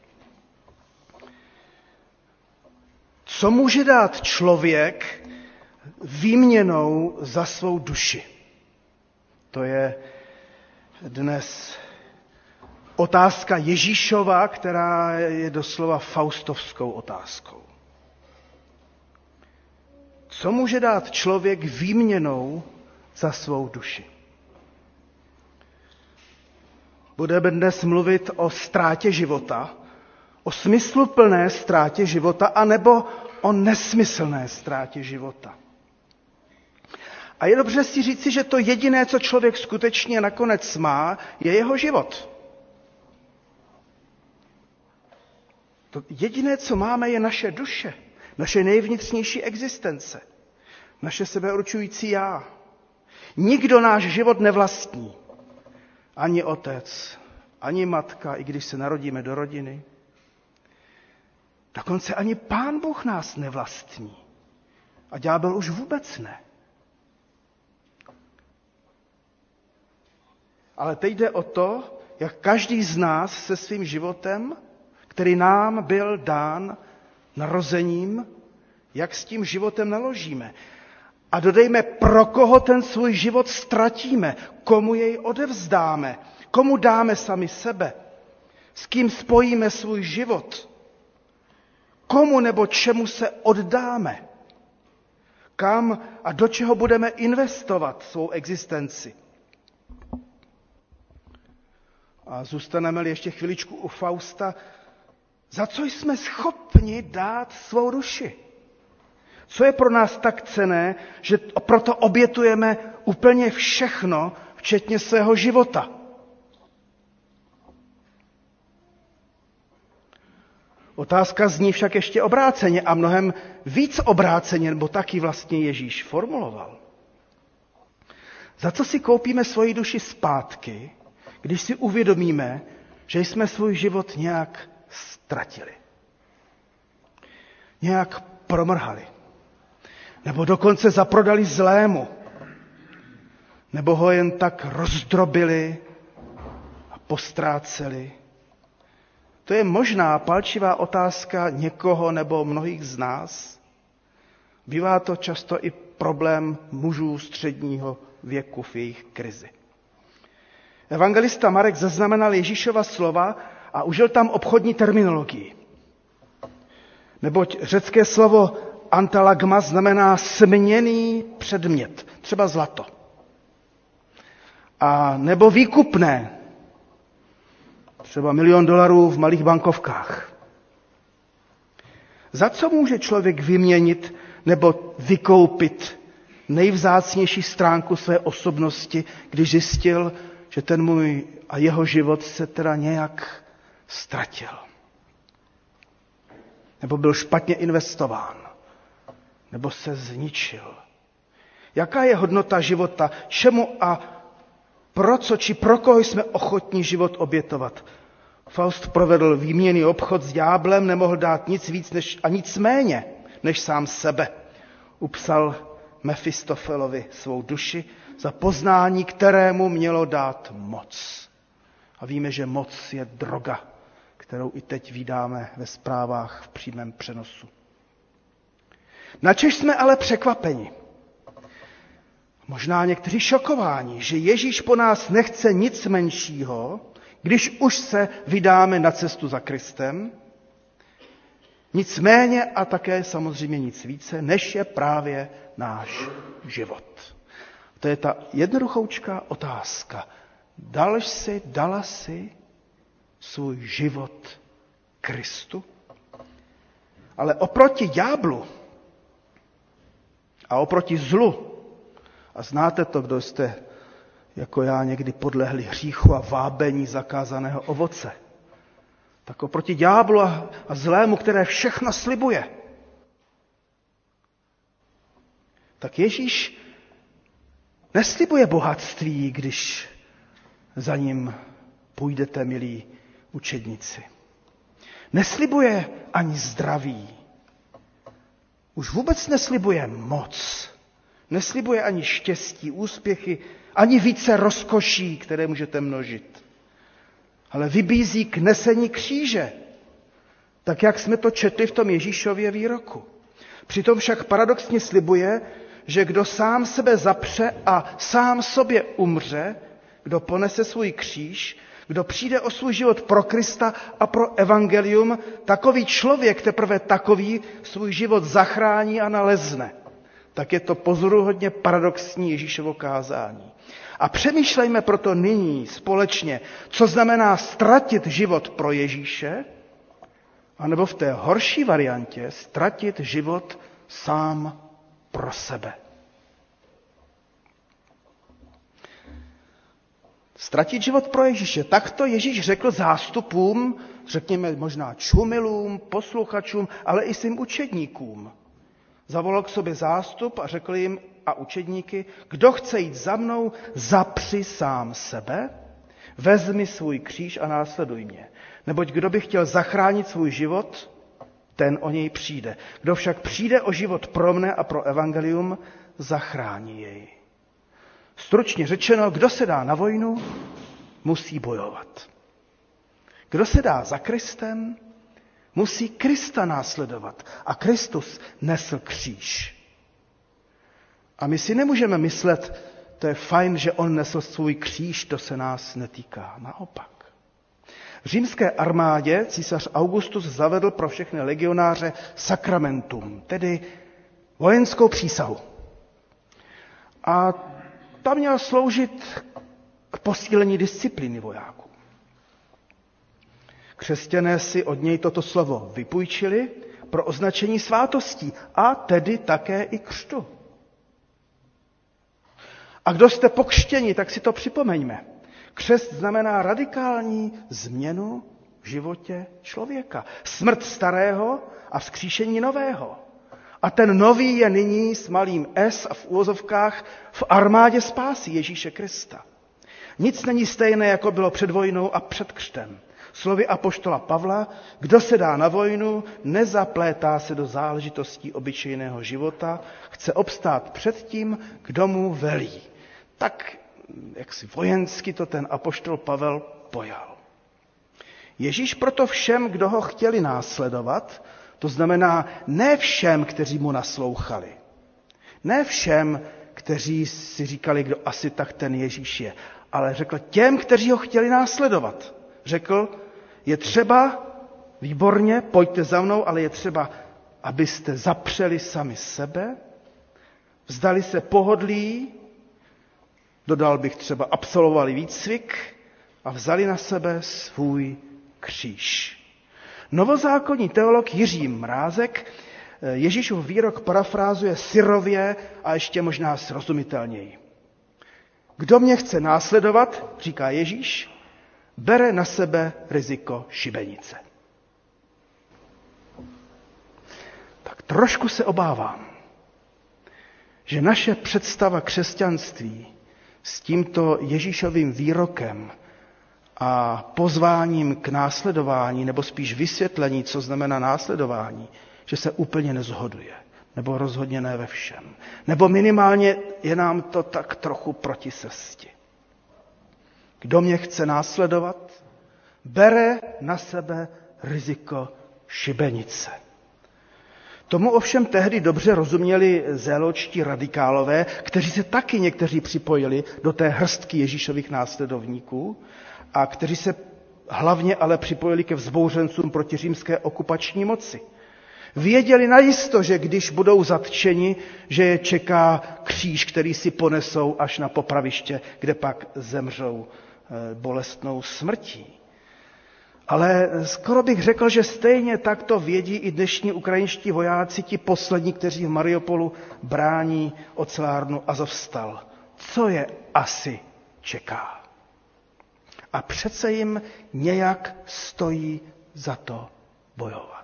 [SPEAKER 8] Co může dát člověk výměnou za svou duši? To je dnes otázka Ježíšova, která je doslova faustovskou otázkou. Co může dát člověk výměnou za svou duši? Budeme dnes mluvit o ztrátě života, o smysluplné ztrátě života, anebo o nesmyslné ztrátě života. A je dobře si říci, že to jediné, co člověk skutečně nakonec má, je jeho život. To jediné, co máme, je naše duše, naše nejvnitřnější existence, naše sebeurčující já. Nikdo náš život nevlastní. Ani otec, ani matka, i když se narodíme do rodiny. Dokonce ani Pán Bůh nás nevlastní. A ďábel už vůbec ne. Ale teď jde o to, jak každý z nás se svým životem, který nám byl dán narozením, jak s tím životem naložíme. A dodejme, pro koho ten svůj život ztratíme, komu jej odevzdáme, komu dáme sami sebe, s kým spojíme svůj život, komu nebo čemu se oddáme, Kam a do čeho budeme investovat svou existenci? A zůstaneme-li ještě chviličku u Fausta, za co jsme schopni dát svou duši? Co je pro nás tak cenné, že proto obětujeme úplně všechno, včetně svého života? Otázka zní však ještě obráceně a mnohem víc obráceně, nebo taky vlastně Ježíš formuloval. Za co si koupíme svoji duši zpátky, když si uvědomíme, že jsme svůj život nějak ztratili? Nějak promrhali. Nebo dokonce zaprodali zlému. Nebo ho jen tak rozdrobili a postráceli. To je možná palčivá otázka někoho nebo mnohých z nás. Bývá to často i problém mužů středního věku v jejich krizi. Evangelista Marek zaznamenal Ježíšova slova a užil tam obchodní terminologii. Neboť řecké slovo antalagma znamená směnný předmět, třeba zlato. A nebo výkupné, třeba milion dolarů v malých bankovkách. Za co může člověk vyměnit nebo vykoupit nejvzácnější stránku své osobnosti, když zjistil, že ten můj a jeho život se teda nějak ztratil? Nebo byl špatně investován? Nebo se zničil? Jaká je hodnota života? Čemu a pro co či pro koho jsme ochotní život obětovat? Faust provedl výměnný obchod s ďáblem, nemohl dát nic víc než, a nic méně než sám sebe. Upsal Mefistofelovi svou duši za poznání, kterému mělo dát moc. A víme, že moc je droga, kterou i teď vídáme ve zprávách v přímém přenosu. Načež jsme ale překvapeni. Možná někteří šokováni, že Ježíš po nás nechce nic menšího, když už se vydáme na cestu za Kristem, nicméně a také samozřejmě nic více, než je právě náš život. To je ta jednoduchoučká otázka. Dal jsi, dala si svůj život Kristu? Ale oproti ďáblu a oproti zlu, a znáte to, kdo jste jako já někdy podlehli hříchu a vábení zakázaného ovoce, tak oproti ďáblu a zlému, které všechno slibuje, tak Ježíš neslibuje bohatství, když za ním půjdete, milí učedníci. Neslibuje ani zdraví. Už vůbec neslibuje moc. Neslibuje ani štěstí, úspěchy, ani více rozkoší, které můžete množit. Ale vybízí k nesení kříže, tak jak jsme to četli v tom Ježíšově výroku. Přitom však paradoxně slibuje, že kdo sám sebe zapře a sám sobě umře, kdo ponese svůj kříž, kdo přijde o svůj život pro Krista a pro evangelium, takový člověk teprve takový svůj život zachrání a nalezne. Tak je to pozoruhodně paradoxní Ježíšovo kázání. A přemýšlejme proto nyní společně, co znamená ztratit život pro Ježíše, anebo v té horší variantě ztratit život sám pro sebe. Ztratit život pro Ježíše. Tak to Ježíš řekl zástupům, řekněme možná čumilům, posluchačům, ale i svým učedníkům. Zavolal k sobě zástup a řekl jim a učedníky, kdo chce jít za mnou, zapři sám sebe, vezmi svůj kříž a následuj mě. Neboť kdo by chtěl zachránit svůj život, ten o něj přijde. Kdo však přijde o život pro mne a pro evangelium, zachrání jej. Stručně řečeno, kdo se dá na vojnu, musí bojovat. Kdo se dá za Kristem, musí Krista následovat. A Kristus nesl kříž. A my si nemůžeme myslet, to je fajn, že on nesl svůj kříž, to se nás netýká. Naopak. V římské armádě císař Augustus zavedl pro všechny legionáře sakramentum, tedy vojenskou přísahu. A ta měla sloužit k posílení disciplíny vojáků. Křesťané si od něj toto slovo vypůjčili pro označení svátostí a tedy také i křtu. A kdo jste pokřtěni, tak si to připomeňme. Křest znamená radikální změnu v životě člověka. Smrt starého a vzkříšení nového. A ten nový je nyní s malým S a v úvozovkách v armádě spásy Ježíše Krista. Nic není stejné, jako bylo před vojnou a před křtem. Slovy apoštola Pavla, kdo se dá na vojnu, nezaplétá se do záležitostí obyčejného života, chce obstát před tím, kdo mu velí. Tak, jak si vojensky to ten apoštol Pavel pojal. Ježíš proto všem, kdo ho chtěli následovat, to znamená ne všem, kteří mu naslouchali, ne všem, kteří si říkali, kdo asi tak ten Ježíš je, ale řekl těm, kteří ho chtěli následovat. Řekl, je třeba, výborně, pojďte za mnou, ale je třeba, abyste zapřeli sami sebe, vzdali se pohodlí, dodal bych třeba absolvovali výcvik a vzali na sebe svůj kříž. Novozákonní teolog Jiří Mrázek Ježíšův výrok parafrázuje syrově a ještě možná srozumitelněji. Kdo mě chce následovat, říká Ježíš, bere na sebe riziko šibenice. Tak trošku se obávám, že naše představa křesťanství s tímto Ježíšovým výrokem a pozváním k následování, nebo spíš vysvětlení, co znamená následování, že se úplně nezhoduje. Nebo rozhodně ne ve všem. Nebo minimálně je nám to tak trochu proti cestě. Kdo mě chce následovat, bere na sebe riziko šibenice. Tomu ovšem tehdy dobře rozuměli zéločtí radikálové, kteří se taky někteří připojili do té hrstky Ježíšových následovníků a kteří se hlavně ale připojili ke vzbouřencům proti římské okupační moci. Věděli najisto, že když budou zatčeni, že je čeká kříž, který si ponesou až na popraviště, kde pak zemřou bolestnou smrtí. Ale skoro bych řekl, že stejně tak to vědí i dnešní ukrajinští vojáci, ti poslední, kteří v Mariupolu brání ocelárnu Azovstal. Co je asi čeká? A přece jim nějak stojí za to bojovat.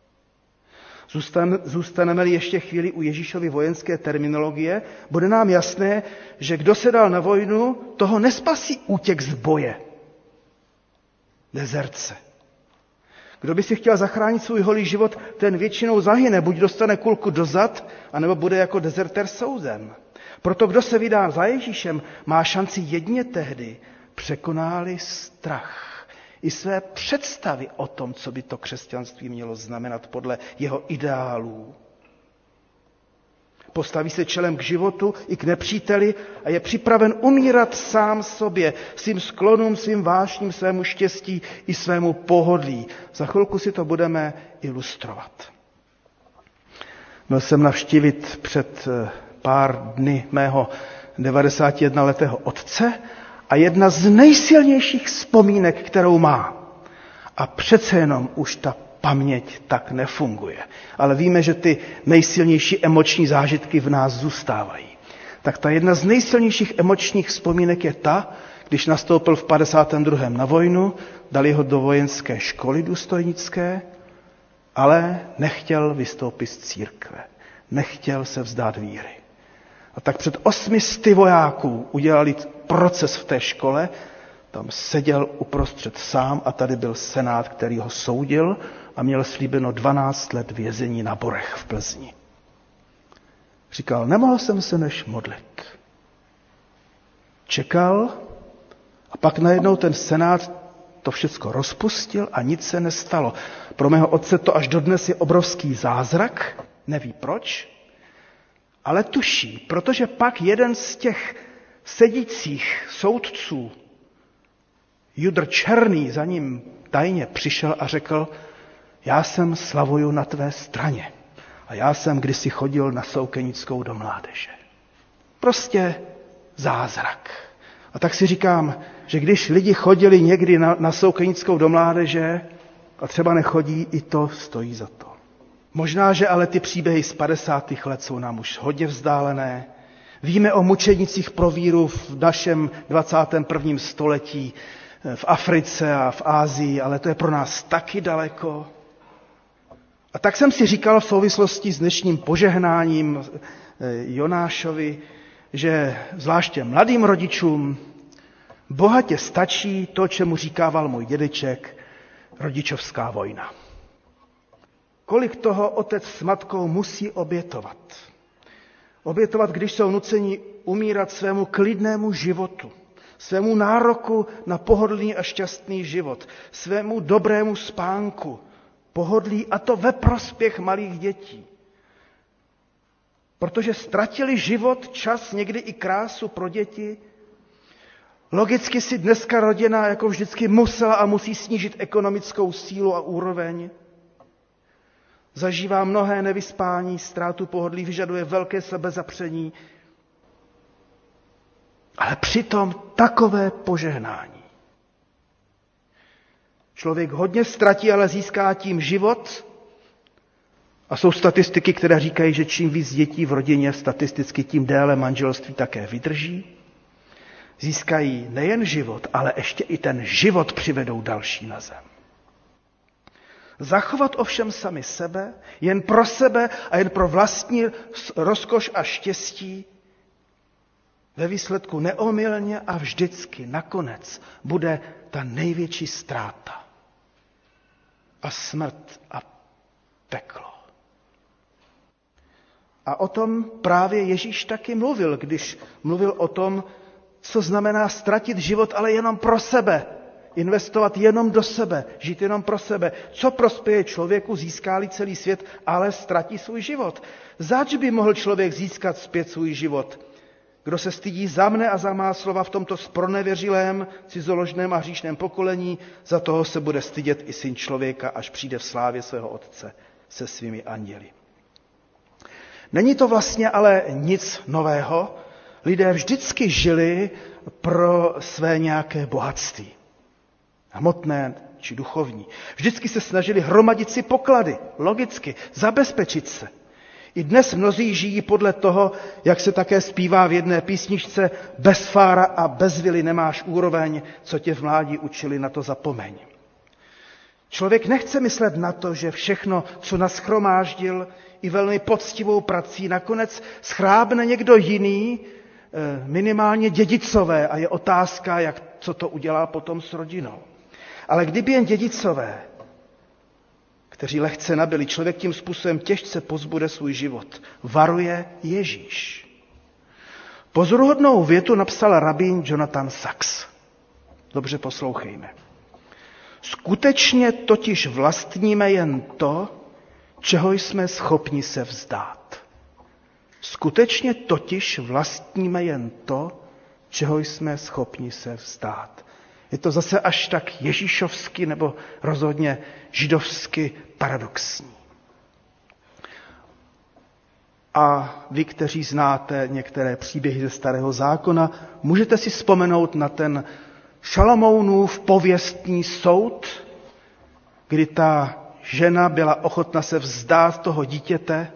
[SPEAKER 8] Zůstaneme-li ještě chvíli u Ježíšovy vojenské terminologie, bude nám jasné, že kdo se dal na vojnu, toho nespasí útěk z boje. Dezerce. Kdo by si chtěl zachránit svůj holý život, ten většinou zahyne, buď dostane kulku do zad, anebo bude jako dezertér souzen. Proto kdo se vydá za Ježíšem, má šanci jedně tehdy, překoná-li strach i své představy o tom, co by to křesťanství mělo znamenat podle jeho ideálů. Postaví se čelem k životu i k nepříteli a je připraven umírat sám sobě, svým sklonům, svým vášním, svému štěstí i svému pohodlí. Za chvilku si to budeme ilustrovat. Měl jsem navštívit před pár dny mého devadesátijednoletého otce a jedna z nejsilnějších vzpomínek, kterou má. A přece jenom už ta paměť tak nefunguje. Ale víme, že ty nejsilnější emoční zážitky v nás zůstávají. Tak ta jedna z nejsilnějších emočních vzpomínek je ta, když nastoupil v padesátém druhém na vojnu, dali ho do vojenské školy důstojnické, ale nechtěl vystoupit z církve. Nechtěl se vzdát víry. A tak před osmisty vojáků udělali proces v té škole, tam seděl uprostřed sám a tady byl senát, který ho soudil a měl slíbeno dvanáct let vězení na Borech v Plzni. Říkal, nemohl jsem se než modlit. Čekal a pak najednou ten senát to všecko rozpustil a nic se nestalo. Pro mého otce to až dodnes je obrovský zázrak, neví proč, ale tuší, protože pak jeden z těch sedících soudců, Judr Černý, za ním tajně přišel a řekl, já jsem, Slavoju, na tvé straně. A já jsem kdysi chodil na Soukenickou do mládeže. Prostě zázrak. A tak si říkám, že když lidi chodili někdy na, na Soukenickou do mládeže a třeba nechodí, i to stojí za to. Možná, že ale ty příběhy z padesátých let jsou nám už hodně vzdálené. Víme o mučednicích pro víru v našem dvacátém prvním století, v Africe a v Asii, ale to je pro nás taky daleko. A tak jsem si říkal v souvislosti s dnešním požehnáním Jonášovi, že zvláště mladým rodičům bohatě stačí to, čemu říkával můj dědeček, rodičovská vojna. Kolik toho otec s matkou musí obětovat? Obětovat, když jsou nuceni umírat svému klidnému životu, svému nároku na pohodlný a šťastný život, svému dobrému spánku, pohodlí, a to ve prospěch malých dětí. Protože ztratili život, čas, někdy i krásu pro děti. Logicky si dneska rodina jako vždycky musela a musí snížit ekonomickou sílu a úroveň. Zažívá mnohé nevyspání, ztrátu pohodlí, vyžaduje velké sebezapření. Ale přitom takové požehnání. Člověk hodně ztratí, ale získá tím život. A jsou statistiky, které říkají, že čím víc dětí v rodině, statisticky tím déle manželství také vydrží. Získají nejen život, ale ještě i ten život přivedou další na zem. Zachovat ovšem sami sebe, jen pro sebe a jen pro vlastní rozkoš a štěstí, ve výsledku neomylně a vždycky nakonec bude ta největší ztráta. A smrt a peklo. A o tom právě Ježíš taky mluvil, když mluvil o tom, co znamená ztratit život, ale jenom pro sebe. Investovat jenom do sebe, žít jenom pro sebe. Co prospěje člověku, získá-li celý svět, ale ztratí svůj život. Zač by mohl člověk získat zpět svůj život? Kdo se stydí za mne a za má slova v tomto spronevěřilém, cizoložném a hříšném pokolení, za toho se bude stydět i syn člověka, až přijde v slávě svého otce se svými anděli. Není to vlastně ale nic nového. Lidé vždycky žili pro své nějaké bohatství. Hmotné či duchovní. Vždycky se snažili hromadit si poklady, logicky, zabezpečit se. I dnes mnozí žijí podle toho, jak se také zpívá v jedné písničce, bez fára a bez vily nemáš úroveň, co tě v mládí učili, na to zapomeň. Člověk nechce myslet na to, že všechno, co nashromáždil i velmi poctivou prací, nakonec schrábne někdo jiný, minimálně dědicové, a je otázka, jak, co to udělá potom s rodinou. Ale kdyby jen dědicové, kteří lehce nabili, člověk tím způsobem těžce pozbude svůj život, varuje Ježíš. Pozoruhodnou větu napsal rabín Jonathan Sacks. Dobře poslouchejme. Skutečně totiž vlastníme jen to, čeho jsme schopni se vzdát. Skutečně totiž vlastníme jen to, čeho jsme schopni se vzdát. Je to zase až tak ježíšovsky nebo rozhodně židovsky paradoxní. A vy, kteří znáte některé příběhy ze Starého zákona, můžete si vzpomenout na ten Šalamounův pověstný soud, kdy ta žena byla ochotna se vzdát toho dítěte,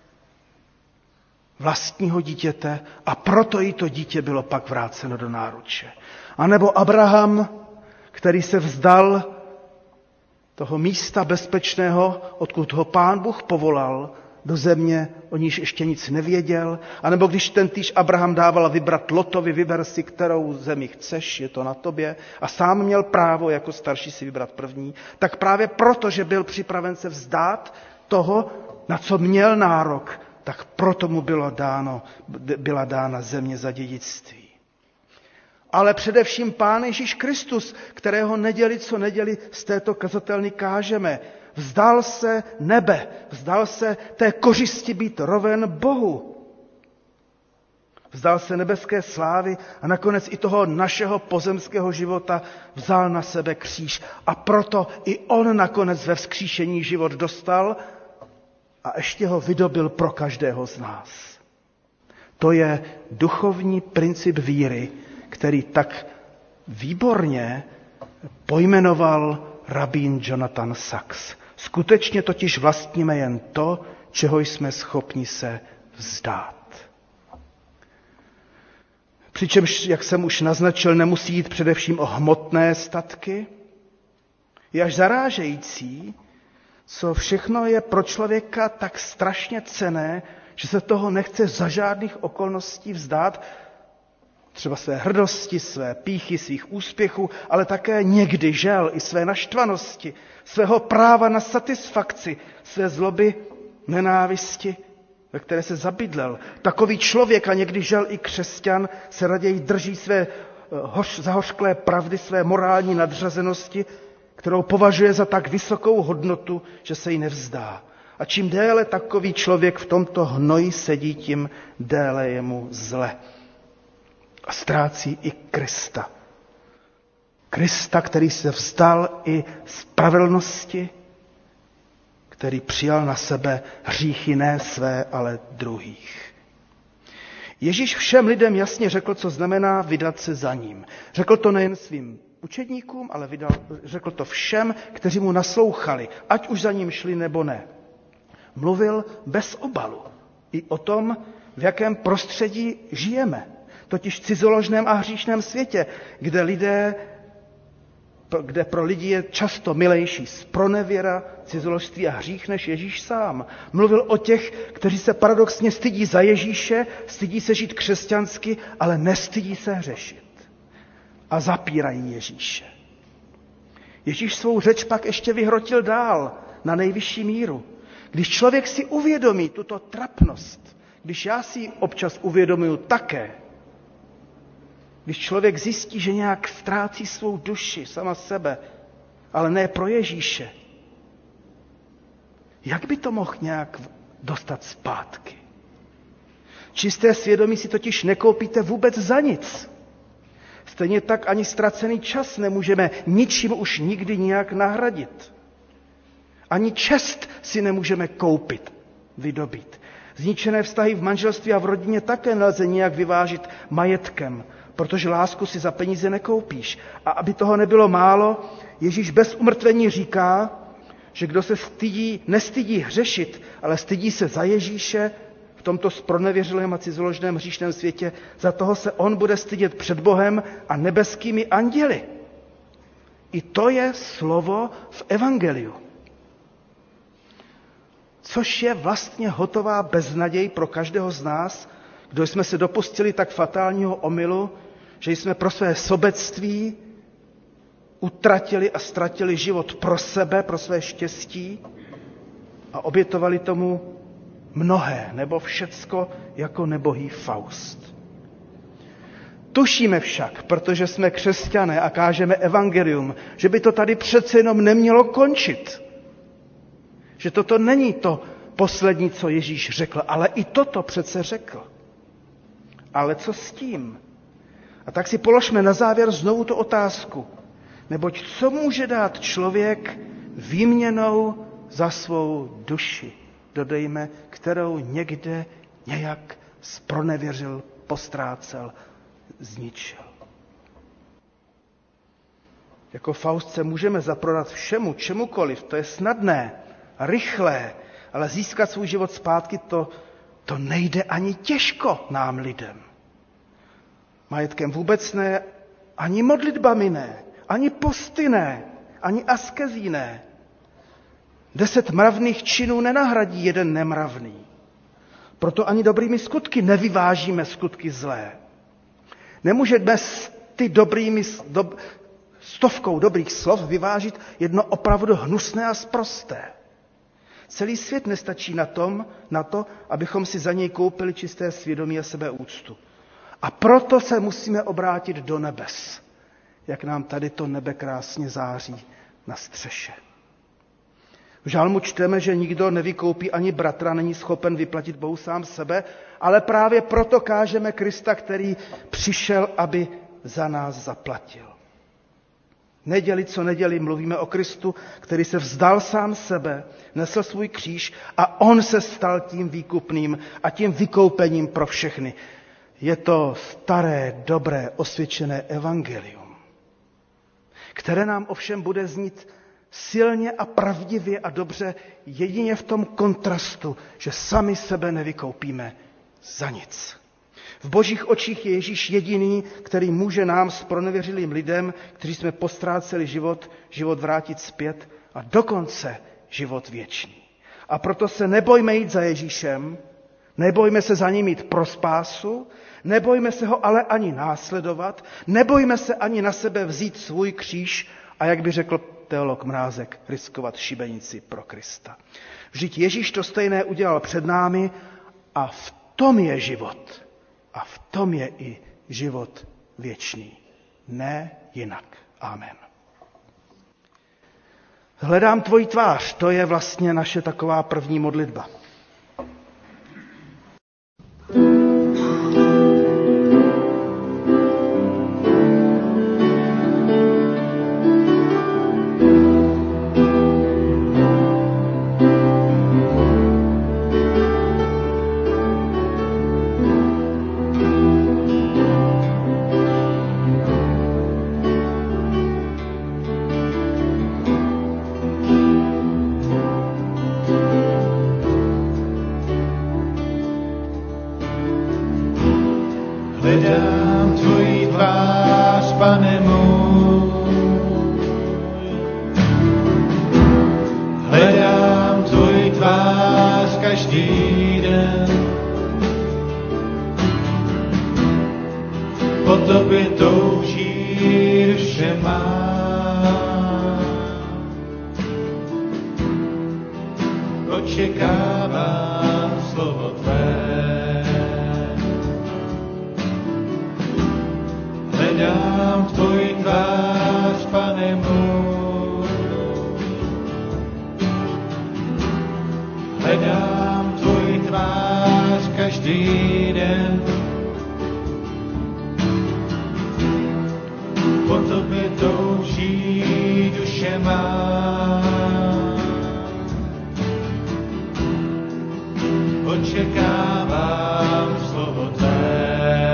[SPEAKER 8] vlastního dítěte, a proto jí to dítě bylo pak vráceno do náruče. A nebo Abraham, který se vzdal toho místa bezpečného, odkud ho Pán Bůh povolal, do země, o níž ještě nic nevěděl. A nebo když ten týž Abraham dával vybrat Lotovi, vyber si, kterou zemi chceš, je to na tobě, a sám měl právo jako starší si vybrat první, tak právě proto, že byl připraven se vzdát toho, na co měl nárok, tak proto mu bylo dáno, byla dána země za dědictví. Ale především Pán Ježíš Kristus, kterého neděli co neděli z této kazatelny kážeme, vzdal se nebe, vzdal se té kořisti být roven Bohu. Vzdal se nebeské slávy a nakonec i toho našeho pozemského života vzal na sebe kříž. A proto i on nakonec ve vzkříšení život dostal a ještě ho vydobil pro každého z nás. To je duchovní princip víry, který tak výborně pojmenoval rabín Jonathan Sacks. Skutečně totiž vlastníme jen to, čeho jsme schopni se vzdát. Přičemž, jak jsem už naznačil, nemusí jít především o hmotné statky. Je až zarážející, co všechno je pro člověka tak strašně cenné, že se toho nechce za žádných okolností vzdát, třeba své hrdosti, své pýchy, svých úspěchů, ale také někdy žel i své naštvanosti, svého práva na satisfakci, své zloby, nenávisti, ve které se zabydlel. Takový člověk a někdy žel i křesťan se raději drží své hoř, zahořklé pravdy, své morální nadřazenosti, kterou považuje za tak vysokou hodnotu, že se jí nevzdá. A čím déle takový člověk v tomto hnoji sedí, tím déle je mu zle. A ztrácí i Krista. Krista, který se vzdal i spravedlnosti, který přijal na sebe hříchy ne své, ale druhých. Ježíš všem lidem jasně řekl, co znamená vydat se za ním. Řekl to nejen svým učedníkům, ale vydal, řekl to všem, kteří mu naslouchali, ať už za ním šli nebo ne. Mluvil bez obalu i o tom, v jakém prostředí žijeme. Totiž v cizoložném a hříšném světě, kde lidé, kde pro lidi je často milejší zpronevěra, cizoložství a hřích než Ježíš sám. Mluvil o těch, kteří se paradoxně stydí za Ježíše, stydí se žít křesťansky, ale nestydí se hřešit. A zapírají Ježíše. Ježíš svou řeč pak ještě vyhrotil dál, na nejvyšší míru. Když člověk si uvědomí tuto trapnost, když já si ji občas uvědomuju také, když člověk zjistí, že nějak ztrácí svou duši, sama sebe, ale ne pro Ježíše, jak by to mohl nějak dostat zpátky? Čisté svědomí si totiž nekoupíte vůbec za nic. Stejně tak ani ztracený čas nemůžeme ničím už nikdy nijak nahradit. Ani čest si nemůžeme koupit, vydobít. Zničené vztahy v manželství a v rodině také nelze nijak vyvážit majetkem, protože lásku si za peníze nekoupíš. A aby toho nebylo málo, Ježíš bez umrtvení říká, že kdo se stydí, nestydí hřešit, ale stydí se za Ježíše v tomto zpronevěřilém a cizoložném hříšném světě, za toho se on bude stydět před Bohem a nebeskými anděli. I to je slovo v evangeliu. Což je vlastně hotová beznaděj pro každého z nás, kdo jsme se dopustili tak fatálního omylu, že jsme pro své sobectví utratili a ztratili život pro sebe, pro své štěstí a obětovali tomu mnohé nebo všecko jako nebohý Faust. Tušíme však, protože jsme křesťané a kážeme evangelium, že by to tady přece jenom nemělo končit. Že toto není to poslední, co Ježíš řekl, ale i toto přece řekl. Ale co s tím? A tak si položme na závěr znovu tu otázku. Neboť co může dát člověk výměnou za svou duši? Dodejme, kterou někde nějak zpronevěřil, postrácel, zničil. Jako Faust se můžeme zaprodat všemu, čemukoliv, to je snadné, rychlé, ale získat svůj život zpátky, to, to nejde ani těžko nám lidem. Majetkem vůbec ne, ani modlitbami ne, ani posty ne, ani askezí ne. Deset mravných činů nenahradí jeden nemravný. Proto ani dobrými skutky nevyvážíme skutky zlé. Nemůžeme ty dobrými, do, stovkou dobrých slov vyvážit jedno opravdu hnusné a sprosté. Celý svět nestačí na, tom, na to, abychom si za něj koupili čisté svědomí a sebeúctu. A proto se musíme obrátit do nebes, jak nám tady to nebe krásně září na střeše. V žalmu čteme, že nikdo nevykoupí ani bratra, není schopen vyplatit Bohu sám sebe, ale právě proto kážeme Krista, který přišel, aby za nás zaplatil. Neděli co neděli mluvíme o Kristu, který se vzdal sám sebe, nesl svůj kříž a on se stal tím výkupným a tím vykoupením pro všechny. Je to staré, dobré, osvědčené evangelium, které nám ovšem bude znít silně a pravdivě a dobře jedině v tom kontrastu, že sami sebe nevykoupíme za nic. V božích očích je Ježíš jediný, který může nám s pronevěřilým lidem, kteří jsme postráceli život, život vrátit zpět a dokonce život věčný. A proto se nebojme jít za Ježíšem, nebojme se za ním jít pro spásu, nebojme se ho ale ani následovat, nebojme se ani na sebe vzít svůj kříž a jak by řekl teolog Mrázek, riskovat šibenici pro Krista. Vždyť Ježíš to stejné udělal před námi a v tom je život. A v tom je i život věčný. Ne jinak. Amen. Hledám tvoji tvář, to je vlastně naše taková první modlitba.
[SPEAKER 2] Hledám tvoji tvář, Pane můj. Hledám tvoji tvář každý den. Po tobě touží duše má. Očekávám slovo tvé. Hledám tvoji tvář, Pane můj. Hledám tvoji tvář každý den. Po tobě touží duše má. Očekávám slovo tvé.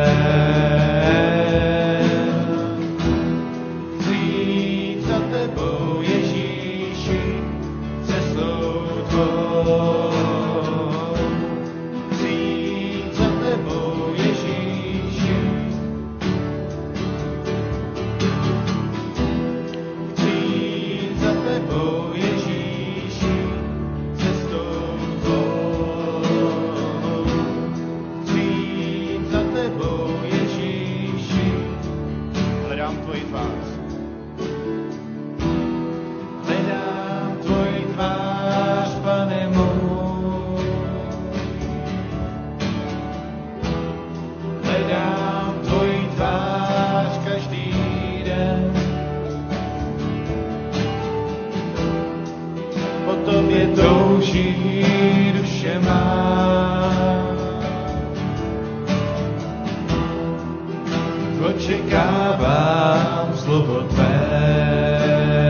[SPEAKER 2] Očekávám slovo tvé.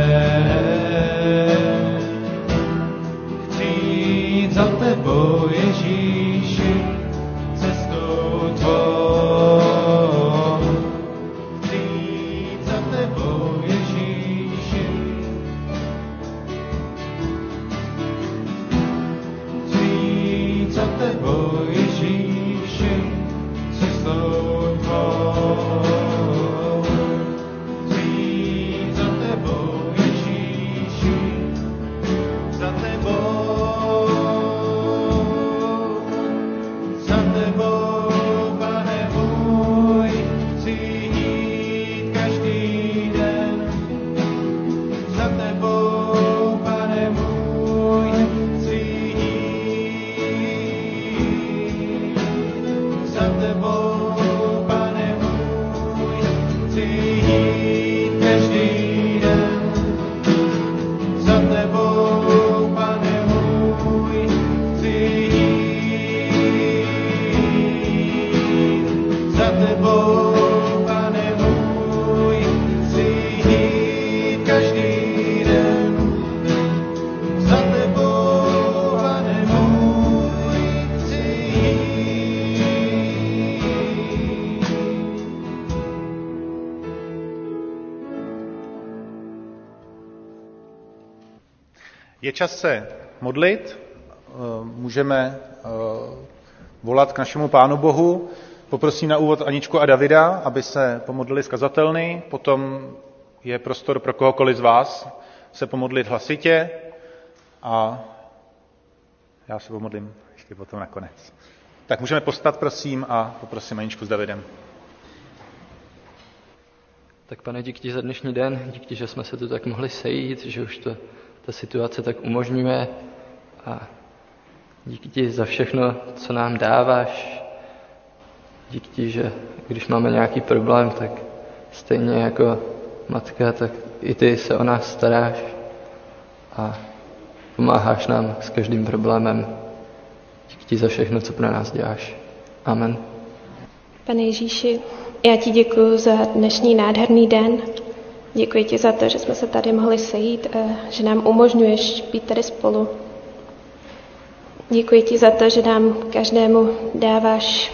[SPEAKER 2] Chci jít za tebou, Ježíši, cestou tvou. Chci jít za tebou, Ježíši. Chci jít
[SPEAKER 1] Je čas se modlit, můžeme volat k našemu Pánu Bohu. Poprosím na úvod Aničku a Davida, aby se pomodlili z kazatelny, potom je prostor pro kohokoliv z vás se pomodlit hlasitě a já se pomodlím ještě potom nakonec. Tak můžeme postat, prosím, a poprosím Aničku s Davidem.
[SPEAKER 7] Tak Pane, díky ti za dnešní den, díky ti, že jsme se tu tak mohli sejít, že už to, ta situace tak umožňuje a díky ti za všechno, co nám dáváš. Díky ti, že když máme nějaký problém, tak stejně jako matka, tak i ty se o nás staráš a pomáháš nám s každým problémem. Díky ti za všechno, co pro nás děláš. Amen.
[SPEAKER 3] Pane Ježíši, já ti děkuji za dnešní nádherný den. Děkuji ti za to, že jsme se tady mohli sejít, že nám umožňuješ být tady spolu. Děkuji ti za to, že nám každému dáváš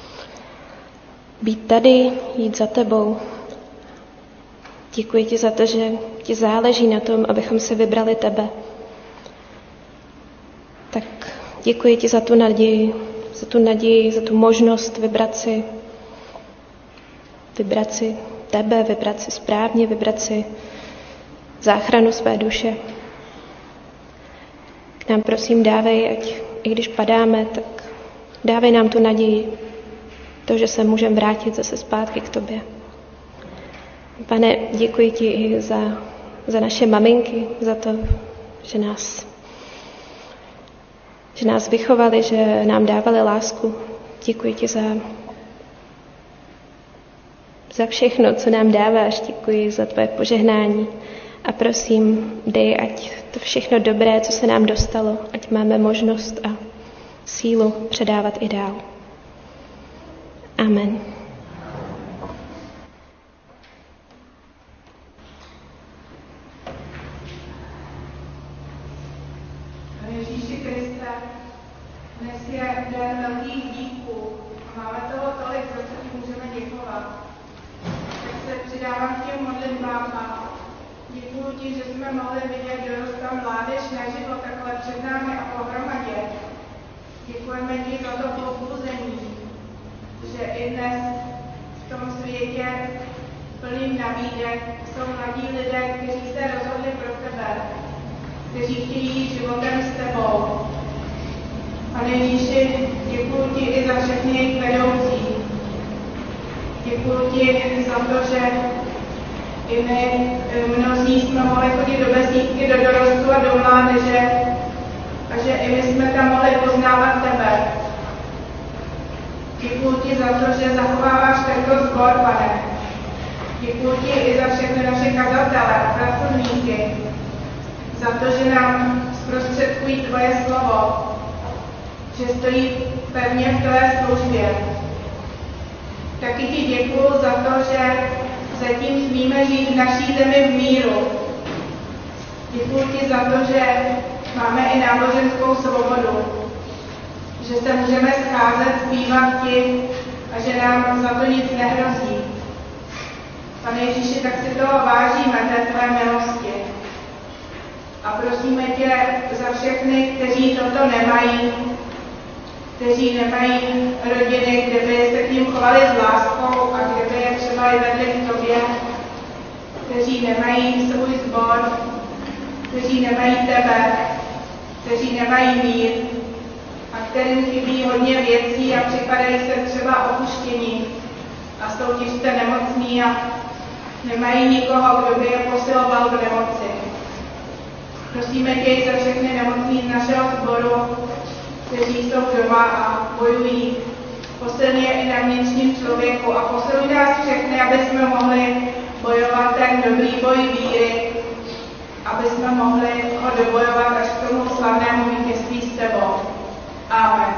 [SPEAKER 3] být tady, jít za tebou. Děkuji ti za to, že ti záleží na tom, abychom si vybrali tebe. Tak děkuji ti za tu naději, za tu naději, za tu možnost vybrat si, vybrat si tebe, vybrat si správně, vybrat si záchranu své duše. K nám prosím dávej, ať i když padáme, tak dávej nám tu naději, to, že se můžeme vrátit zase zpátky k tobě. Pane, děkuji ti i za, za naše maminky, za to, že nás, že nás vychovali, že nám dávali lásku. Děkuji ti za, za všechno, co nám dáváš. Děkuji za tvoje požehnání. A prosím, dej, ať to všechno dobré, co se nám dostalo, ať máme možnost a sílu předávat i dál. Amen.
[SPEAKER 15] Ježíši Kriste, dnes je den velkých díků a máme toho tolik, za co ti můžeme děkovat. Tak se přidávám k těm modlitbám a děkuju ti, že jsme mohli vidět dorost a mládež na život takhle před námi a pohromadě. Děkujeme ti za to povzbuzení, že i dnes v tom světě plným nabídek jsou mladí lidé, kteří se rozhodli pro tebe, kteří chtějí jít životem s tebou. Pane Ježíši, děkuji ti i za všechny jejich vedoucí. Děkuji ti za to, že i my mnozí jsme mohli chodit do besídky, do dorostu a do mládeže a že i my jsme tam mohli poznávat tebe. Děkuji ti za to, že zachováváš tento sbor, Pane. Děkuji ti i za všechny naše kazatele a pracovníky, za to, že nám zprostředkují tvoje slovo, že stojí pevně v tvé službě. Taky ti děkuji za to, že zatím smíme žít v naší zemi v míru. Děkuji ti za to, že máme i náboženskou svobodu, že se můžeme scházet, zpívat ti a že nám za to nic nehrozí. Pane Ježíši, tak si toho vážíme, té tvé milosti. A prosíme tě za všechny, kteří toto nemají, kteří nemají rodiny, kde by se k ním chovali s láskou a kde by je třeba i vedli k tobě, kteří nemají svůj sbor, kteří nemají tebe, kteří nemají mír a kterým chybí hodně věcí a připadají se třeba opuštění a jsou těžce nemocní a nemají nikoho, kdo by je posiloval v nemoci. Prosíme tě za všechny nemocní z našeho sboru, kteří jsou doma a bojují. Posilně i na vnitřním člověku a posiluj nás všechny, aby jsme mohli bojovat ten dobrý boj víry, aby jsme mohli ho dobojovat až k tomu slavnému vítězství s tebou. Amen.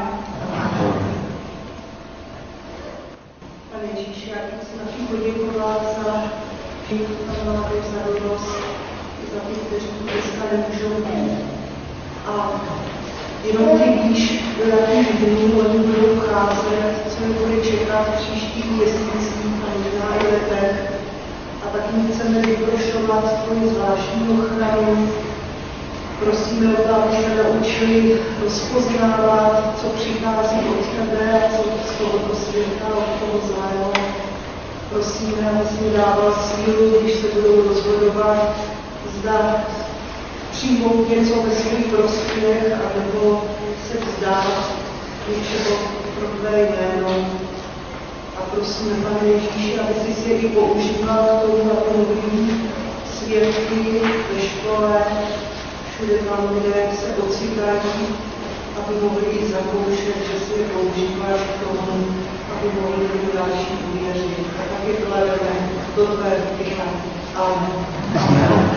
[SPEAKER 16] Pane Ježíši, já bych se taky poděkovala za všechno, za radost, za ty, kteří dneska nemůžou být. A jenom ty víš, do jakých dnů oni budou cházet, co mi bude čekat v příštích měsících a možná i letech. A tak jim chceme vyprošovat tvoji zvláštní ochranu, Prosíme o to, aby se naučili rozpoznávat, co přichází od tebe, co z tohoto světa, od toho zlého. Prosíme, aby si dával sílu, když se budou rozhodovat, zda přijmout něco ve svůj prospěch, anebo se vzdát něčeho pro tvé jméno. A prosíme, Pane Ježíši, aby si je i používal k tomu, aby mohli svědky ve škole, všude tam, kde se ocitají, aby mohli i zakoušet, že si je používají k tomu, aby mohli do další uvěřit. A taky klademe do tvé ruky. Amen. Amen.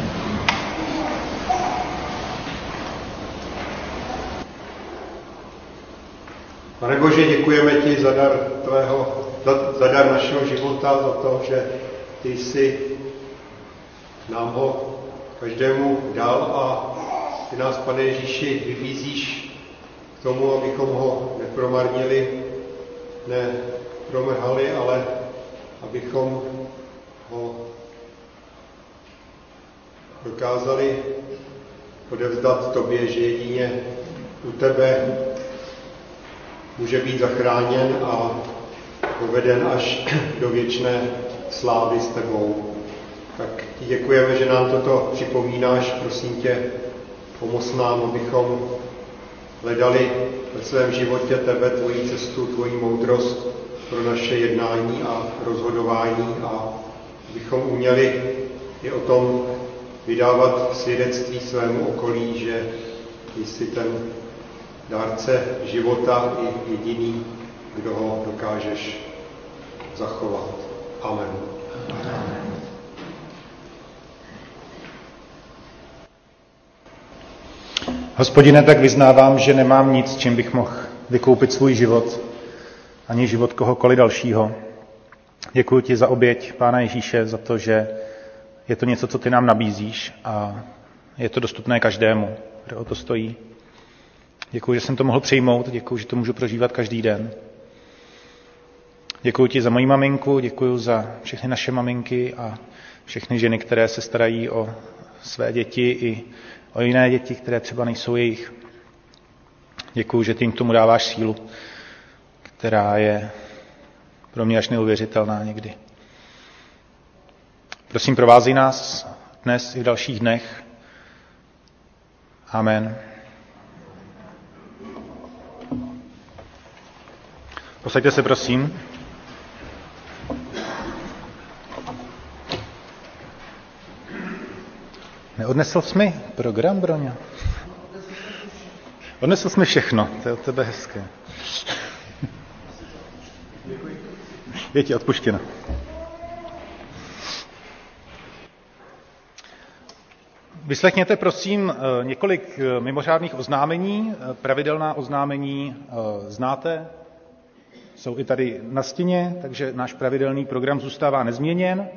[SPEAKER 10] Pane Bože, děkujeme ti za dar tvého, za, za dar našeho života, za to, že ty jsi nám ho každému dal a ty nás, Pane Ježíši, vybízíš k tomu, abychom ho nepromarnili, nepromrhali, ale abychom ho dokázali odevzdat tobě, že jedině u tebe může být zachráněn a poveden až do věčné slávy s tebou. Tak ti děkujeme, že nám toto připomínáš. Prosím tě, pomoz nám, abychom hledali ve svém životě tebe, tvoji cestu, tvoji moudrost pro naše jednání a rozhodování a abychom uměli i o tom vydávat svědectví svému okolí, že jsi ten dárce života i jediný, kdo ho dokážeš zachovat. Amen. Amen.
[SPEAKER 1] Hospodine, tak vyznávám, že nemám nic, čím bych mohl vykoupit svůj život, ani život kohokoliv dalšího. Děkuji ti za oběť Pána Ježíše, za to, že je to něco, co ty nám nabízíš a je to dostupné každému, kdo o to stojí. Děkuji, že jsem to mohl přijmout, děkuji, že to můžu prožívat každý den. Děkuji ti za moji maminku, děkuji za všechny naše maminky a všechny ženy, které se starají o své děti i o jiné děti, které třeba nejsou jejich. Děkuji, že ty jim k tomu dáváš sílu, která je pro mě až neuvěřitelná někdy. Prosím, provázej nás dnes i v dalších dnech. Amen. Posaďte se, prosím. Neodnesl jsi mi program, Broňo? Odnesl jsi mi všechno, to je od tebe hezké. Je ti odpuštěno. Vyslechněte prosím několik mimořádných oznámení. Pravidelná oznámení znáte, jsou i tady na stěně, takže náš pravidelný program zůstává nezměněn.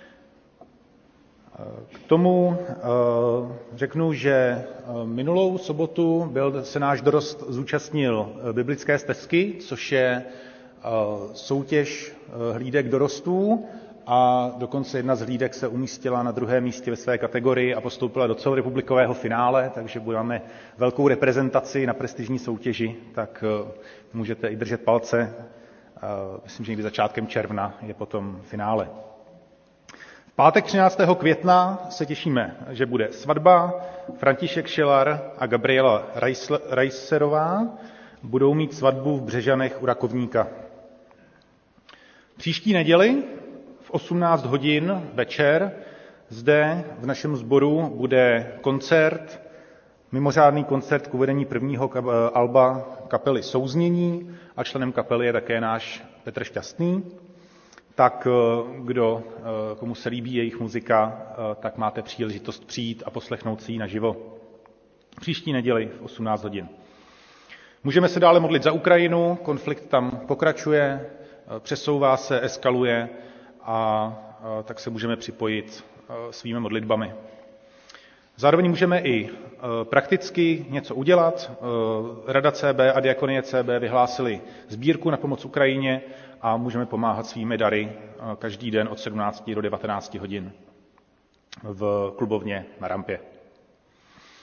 [SPEAKER 1] K tomu řeknu, že minulou sobotu byl, se náš dorost zúčastnil biblické stezky, což je soutěž hlídek dorostů a dokonce jedna z hlídek se umístila na druhém místě ve své kategorii a postoupila do celorepublikového finále, takže budeme velkou reprezentaci na prestižní soutěži, tak můžete i držet palce. Myslím, že někdy začátkem června je potom finále. V pátek třináctého května se těšíme, že bude svatba. František Šilar a Gabriela Rajserová budou mít svatbu v Břežanech u Rakovníka. Příští neděli v osmnáct hodin večer zde v našem sboru bude koncert, mimořádný koncert k uvedení prvního alba kapely Souznění a členem kapely je také náš Petr Šťastný. Tak kdo, komu se líbí jejich muzika, tak máte příležitost přijít a poslechnout si ji naživo. Příští neděli v osmnáct hodin. Můžeme se dále modlit za Ukrajinu, konflikt tam pokračuje, přesouvá se, eskaluje a tak se můžeme připojit svými modlitbami. Zároveň můžeme i prakticky něco udělat. Rada C B a Diakonie C B vyhlásili sbírku na pomoc Ukrajině a můžeme pomáhat svými dary každý den od sedmnácti do devatenácti hodin v klubovně na Rampě.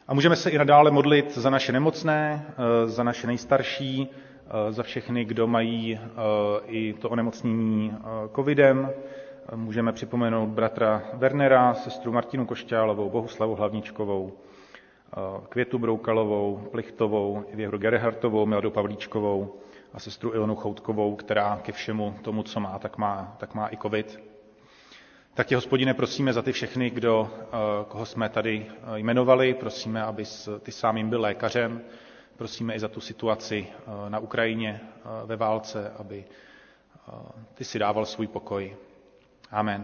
[SPEAKER 1] A můžeme se i nadále modlit za naše nemocné, za naše nejstarší, za všechny, kdo mají i to onemocnění covidem. Můžeme připomenout bratra Wernera, sestru Martinu Košťálovou, Bohuslavu Hlavničkovou, Květu Broukalovou, Plichtovou, Věhru Gerhartovou, Miladu Pavlíčkovou a sestru Ilonu Choutkovou, která ke všemu tomu, co má, tak má, tak má i covid. Tak tě, Hospodine, prosíme za ty všechny, kdo, koho jsme tady jmenovali, prosíme, abys ty sám jim byl lékařem, prosíme i za tu situaci na Ukrajině ve válce, aby ty si dával svůj pokoj. Amen.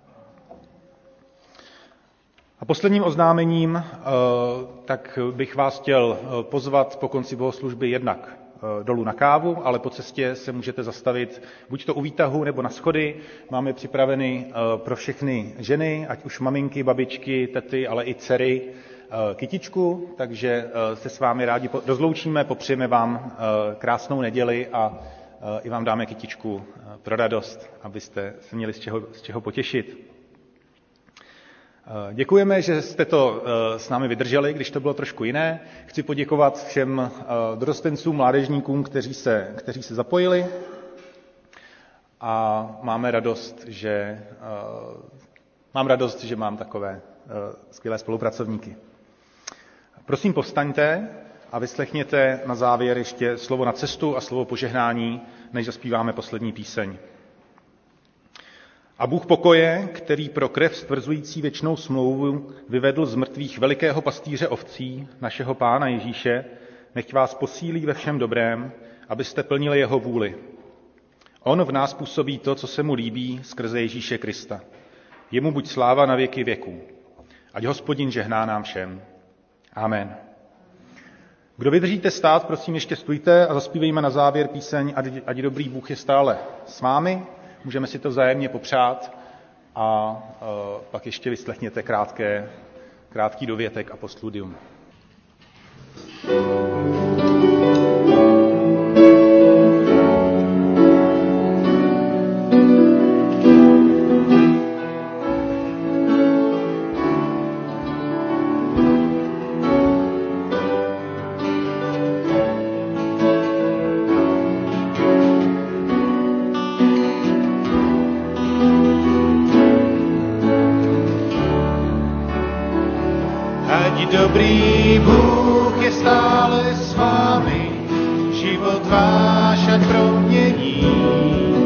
[SPEAKER 1] A posledním oznámením, tak bych vás chtěl pozvat po konci bohoslužby jednak dolů na kávu, ale po cestě se můžete zastavit buď to u výtahu nebo na schody. Máme připraveny pro všechny ženy, ať už maminky, babičky, tety, ale i dcery, kytičku, takže se s vámi rádi rozloučíme, popřejeme vám krásnou neděli a i vám dáme kytičku pro radost, abyste se měli z čeho, z čeho potěšit. Děkujeme, že jste to s námi vydrželi, když to bylo trošku jiné. Chci poděkovat všem dorostencům, mládežníkům, kteří se, kteří se zapojili. A máme radost, že, mám radost, že mám takové skvělé spolupracovníky. Prosím, povstaňte a vyslechněte na závěr ještě slovo na cestu a slovo požehnání, než zaspíváme poslední píseň. A Bůh pokoje, který pro krev stvrzující věčnou smlouvu vyvedl z mrtvých velikého pastýře ovcí, našeho Pána Ježíše, nechť vás posílí ve všem dobrém, abyste plnili jeho vůli. On v nás působí to, co se mu líbí, skrze Ježíše Krista. Jemu buď sláva na věky věků. Ať Hospodin žehná nám všem. Amen. Kdo vydržíte stát, prosím, ještě stůjte a zaspívejme na závěr píseň Ať, ať dobrý Bůh je stále s vámi. Můžeme si to vzájemně popřát a uh, pak ještě vyslechněte krátké, krátký dovětek a postludium.
[SPEAKER 2] Dobrý Bůh je stále s vámi, život váš ať promění.